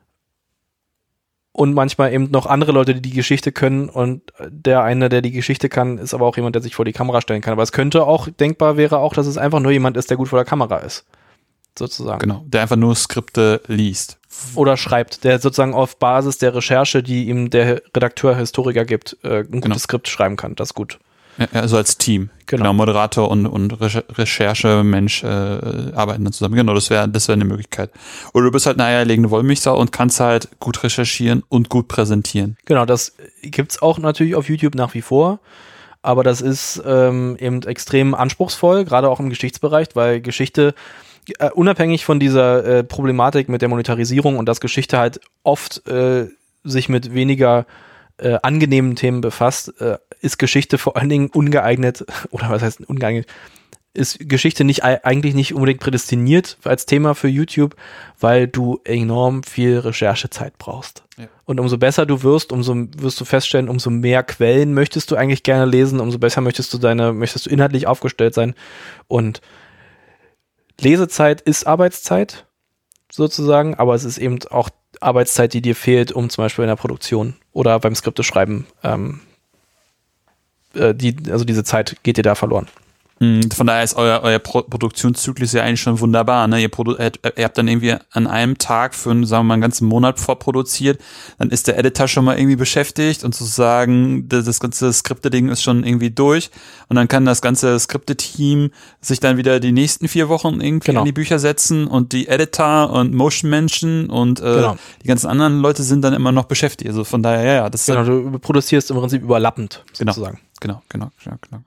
und manchmal eben noch andere Leute, die die Geschichte können und der eine, der die Geschichte kann, ist aber auch jemand, der sich vor die Kamera stellen kann. Aber es könnte auch, denkbar wäre auch, dass es einfach nur jemand ist, der gut vor der Kamera ist. Sozusagen. Genau, der einfach nur Skripte liest. Oder schreibt, der sozusagen auf Basis der Recherche, die ihm der Redakteur, Historiker gibt, äh, ein gutes Genau. Skript schreiben kann. Das ist gut. Ja, also als Team. Genau. Genau, Moderator und, und Recher- Recherchemensch äh, arbeiten dann zusammen. Genau, das wäre das wäre eine Möglichkeit. Oder du bist halt eine eierlegende Wollmilchsau und kannst halt gut recherchieren und gut präsentieren. Genau, das gibt's auch natürlich auf YouTube nach wie vor. Aber das ist ähm, eben extrem anspruchsvoll, gerade auch im Geschichtsbereich, weil Geschichte Uh, unabhängig von dieser äh, Problematik mit der Monetarisierung und dass Geschichte halt oft äh, sich mit weniger äh, angenehmen Themen befasst, äh, ist Geschichte vor allen Dingen ungeeignet, oder was heißt ungeeignet, ist Geschichte nicht eigentlich nicht unbedingt prädestiniert als Thema für YouTube, weil du enorm viel Recherchezeit brauchst. Ja. Und umso besser du wirst, umso wirst du feststellen, umso mehr Quellen möchtest du eigentlich gerne lesen, umso besser möchtest du deine, möchtest du inhaltlich aufgestellt sein. Und Lesezeit ist Arbeitszeit, sozusagen, aber es ist eben auch Arbeitszeit, die dir fehlt, um zum Beispiel in der Produktion oder beim Skripteschreiben, ähm, äh, die, also diese Zeit geht dir da verloren. Von daher ist euer, euer Pro- Produktionszyklus ja eigentlich schon wunderbar. Ne? Ihr, produ- ihr habt dann irgendwie an einem Tag für, einen, sagen wir mal, einen ganzen Monat vorproduziert. Dann ist der Editor schon mal irgendwie beschäftigt und sozusagen das, das ganze Skripte-Ding ist schon irgendwie durch. Und dann kann das ganze Skripte-Team sich dann wieder die nächsten vier Wochen irgendwie Genau. an die Bücher setzen und die Editor und Motion-Menschen und äh, Genau. die ganzen anderen Leute sind dann immer noch beschäftigt. Also von daher, ja, ja. Das Genau, ist du produzierst im Prinzip überlappend, Genau. sozusagen. Genau, genau, genau, genau.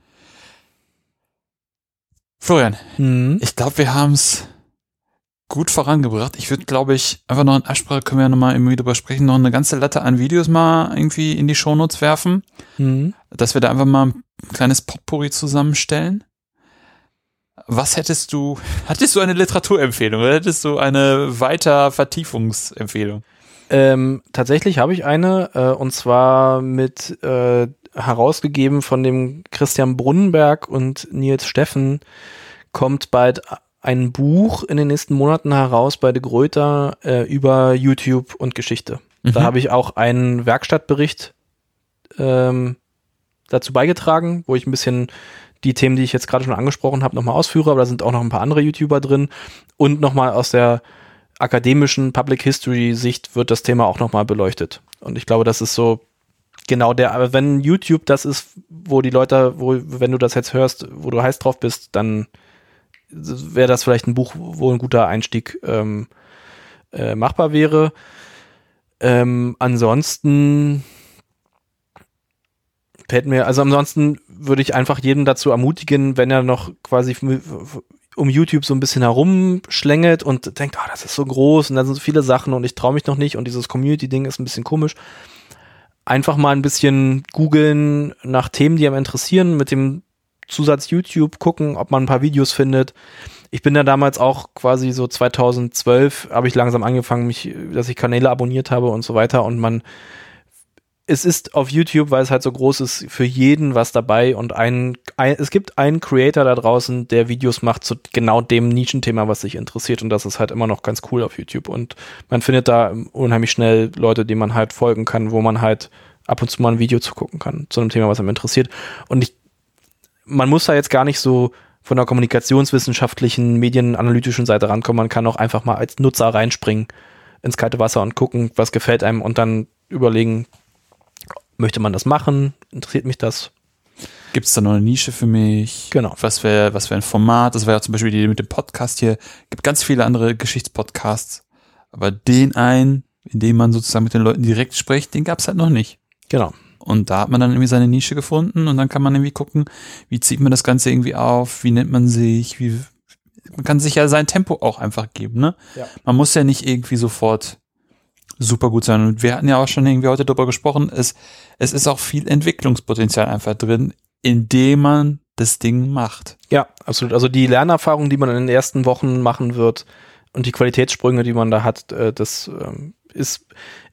Florian, Mhm. ich glaube, wir haben es gut vorangebracht. Ich würde, glaube ich, einfach noch in Absprache, können wir ja nochmal irgendwie drüber sprechen, noch eine ganze Latte an Videos mal irgendwie in die Shownotes werfen, Mhm. dass wir da einfach mal ein kleines Potpourri zusammenstellen. was hättest du, hattest du eine Literaturempfehlung oder hättest du eine Weiter-Vertiefungsempfehlung? Ähm, tatsächlich habe ich eine, äh, und zwar mit äh, herausgegeben von dem Christian Brunnenberg und Nils Steffen, kommt bald ein Buch in den nächsten Monaten heraus bei De Gruyter äh, über YouTube und Geschichte. Mhm. Da habe ich auch einen Werkstattbericht ähm, dazu beigetragen, wo ich ein bisschen die Themen, die ich jetzt gerade schon angesprochen habe, nochmal ausführe, aber da sind auch noch ein paar andere YouTuber drin und nochmal aus der akademischen Public History Sicht wird das Thema auch nochmal beleuchtet. Und ich glaube, das ist so genau der, aber wenn YouTube das ist, wo die Leute, wo, wenn du das jetzt hörst, wo du heiß drauf bist, dann wäre das vielleicht ein Buch, wo ein guter Einstieg ähm, äh, machbar wäre. Ähm, ansonsten fällt mir, also ansonsten würde ich einfach jeden dazu ermutigen, wenn er noch quasi um YouTube so ein bisschen herumschlängelt und denkt, ah, das ist so groß und da sind so viele Sachen und ich traue mich noch nicht und dieses Community-Ding ist ein bisschen komisch. Einfach mal ein bisschen googeln nach Themen, die einem interessieren, mit dem Zusatz YouTube gucken, ob man ein paar Videos findet. Ich bin da damals auch quasi so zweitausendzwölf, habe ich langsam angefangen, mich, dass ich Kanäle abonniert habe und so weiter und man es ist auf YouTube, weil es halt so groß ist, für jeden was dabei und ein, ein es gibt einen Creator da draußen, der Videos macht zu genau dem Nischenthema, was sich interessiert und das ist halt immer noch ganz cool auf YouTube und man findet da unheimlich schnell Leute, denen man halt folgen kann, wo man halt ab und zu mal ein Video zu gucken kann zu einem Thema, was einem interessiert und ich, man muss da jetzt gar nicht so von der kommunikationswissenschaftlichen, medienanalytischen Seite rankommen, man kann auch einfach mal als Nutzer reinspringen ins kalte Wasser und gucken, was gefällt einem und dann überlegen, möchte man das machen? Interessiert mich das? Gibt es da noch eine Nische für mich? Genau. Was wäre was wäre ein Format? Das wäre ja zum Beispiel die mit dem Podcast hier. Gibt ganz viele andere Geschichtspodcasts. Aber den einen, in dem man sozusagen mit den Leuten direkt spricht, den gab es halt noch nicht. Genau. Und da hat man dann irgendwie seine Nische gefunden und dann kann man irgendwie gucken, wie zieht man das Ganze irgendwie auf, wie nennt man sich, wie man kann sich ja sein Tempo auch einfach geben, ne? Ja. Man muss ja nicht irgendwie sofort super gut sein. Und wir hatten ja auch schon irgendwie heute darüber gesprochen, es, es ist auch viel Entwicklungspotenzial einfach drin, indem man das Ding macht. Ja, absolut. Also die Lernerfahrung, die man in den ersten Wochen machen wird und die Qualitätssprünge, die man da hat, das ist,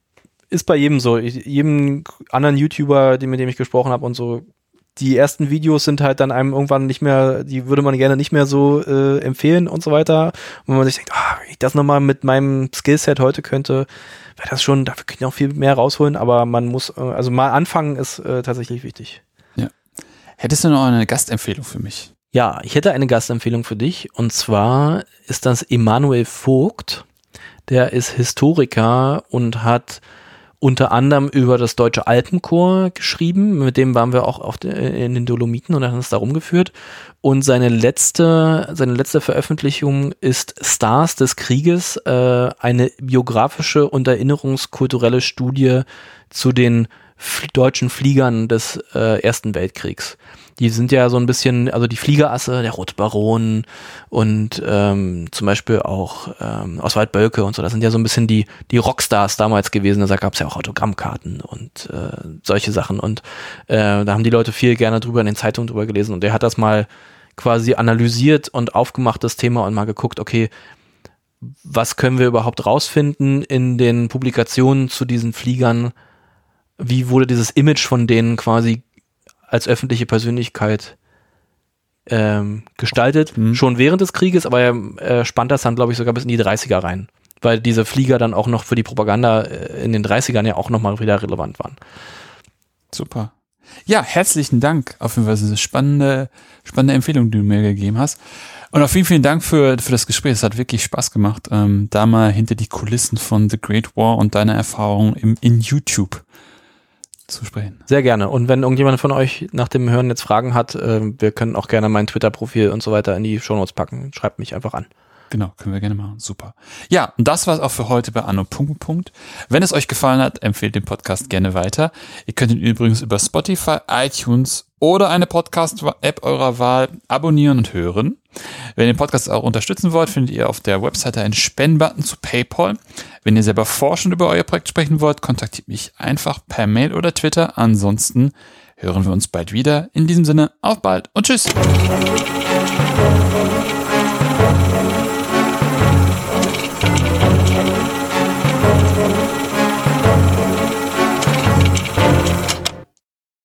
ist bei jedem so. Jedem anderen YouTuber, mit dem ich gesprochen habe und so, die ersten Videos sind halt dann einem irgendwann nicht mehr, die würde man gerne nicht mehr so äh, empfehlen und so weiter. Und wenn man sich denkt, ah, wenn ich das nochmal mit meinem Skillset heute könnte, wäre das schon, dafür könnte ich noch viel mehr rausholen, aber man muss, äh, also mal anfangen ist äh, tatsächlich wichtig. Ja. Hättest du noch eine Gastempfehlung für mich? Ja, ich hätte eine Gastempfehlung für dich und zwar ist das Emanuel Vogt. Der ist Historiker und hat unter anderem über das Deutsche Alpenkorps geschrieben, mit dem waren wir auch auf de, in den Dolomiten und er hat uns da rumgeführt. Und seine letzte, seine letzte Veröffentlichung ist Stars des Krieges, äh, eine biografische und erinnerungskulturelle Studie zu den f- deutschen Fliegern des äh, Ersten Weltkriegs. Die sind ja so ein bisschen, also die Fliegerasse, der Rote Baron und ähm, zum Beispiel auch ähm, Oswald Bölke und so, das sind ja so ein bisschen die die Rockstars damals gewesen, da gab es ja auch Autogrammkarten und äh, solche Sachen und äh, da haben die Leute viel gerne drüber in den Zeitungen drüber gelesen und der hat das mal quasi analysiert und aufgemacht, das Thema und mal geguckt, okay, was können wir überhaupt rausfinden in den Publikationen zu diesen Fliegern, wie wurde dieses Image von denen quasi als öffentliche Persönlichkeit ähm, gestaltet, mhm. schon während des Krieges, aber er äh, spannt das dann, glaube ich, sogar bis in die dreißiger rein, weil diese Flieger dann auch noch für die Propaganda äh, in den dreißigern ja auch nochmal wieder relevant waren. Super. Ja, herzlichen Dank auf jeden Fall diese spannende, spannende Empfehlung, die du mir gegeben hast. Und auf vielen, vielen Dank für, für das Gespräch. Es hat wirklich Spaß gemacht, ähm, da mal hinter die Kulissen von The Great War und deine Erfahrungen im, in YouTube zu sprechen. Sehr gerne. Und wenn irgendjemand von euch nach dem Hören jetzt Fragen hat, äh, wir können auch gerne mein Twitter-Profil und so weiter in die Shownotes packen. Schreibt mich einfach an. Genau, können wir gerne machen. Super. Ja, und das war's auch für heute bei Anno Punkt Punkt. Wenn es euch gefallen hat, empfehlt den Podcast gerne weiter. Ihr könnt ihn übrigens über Spotify, iTunes oder eine Podcast-App eurer Wahl abonnieren und hören. Wenn ihr den Podcast auch unterstützen wollt, findet ihr auf der Webseite einen Spendenbutton zu PayPal. Wenn ihr selber forschend über euer Projekt sprechen wollt, kontaktiert mich einfach per Mail oder Twitter. Ansonsten hören wir uns bald wieder. In diesem Sinne, auf bald und tschüss.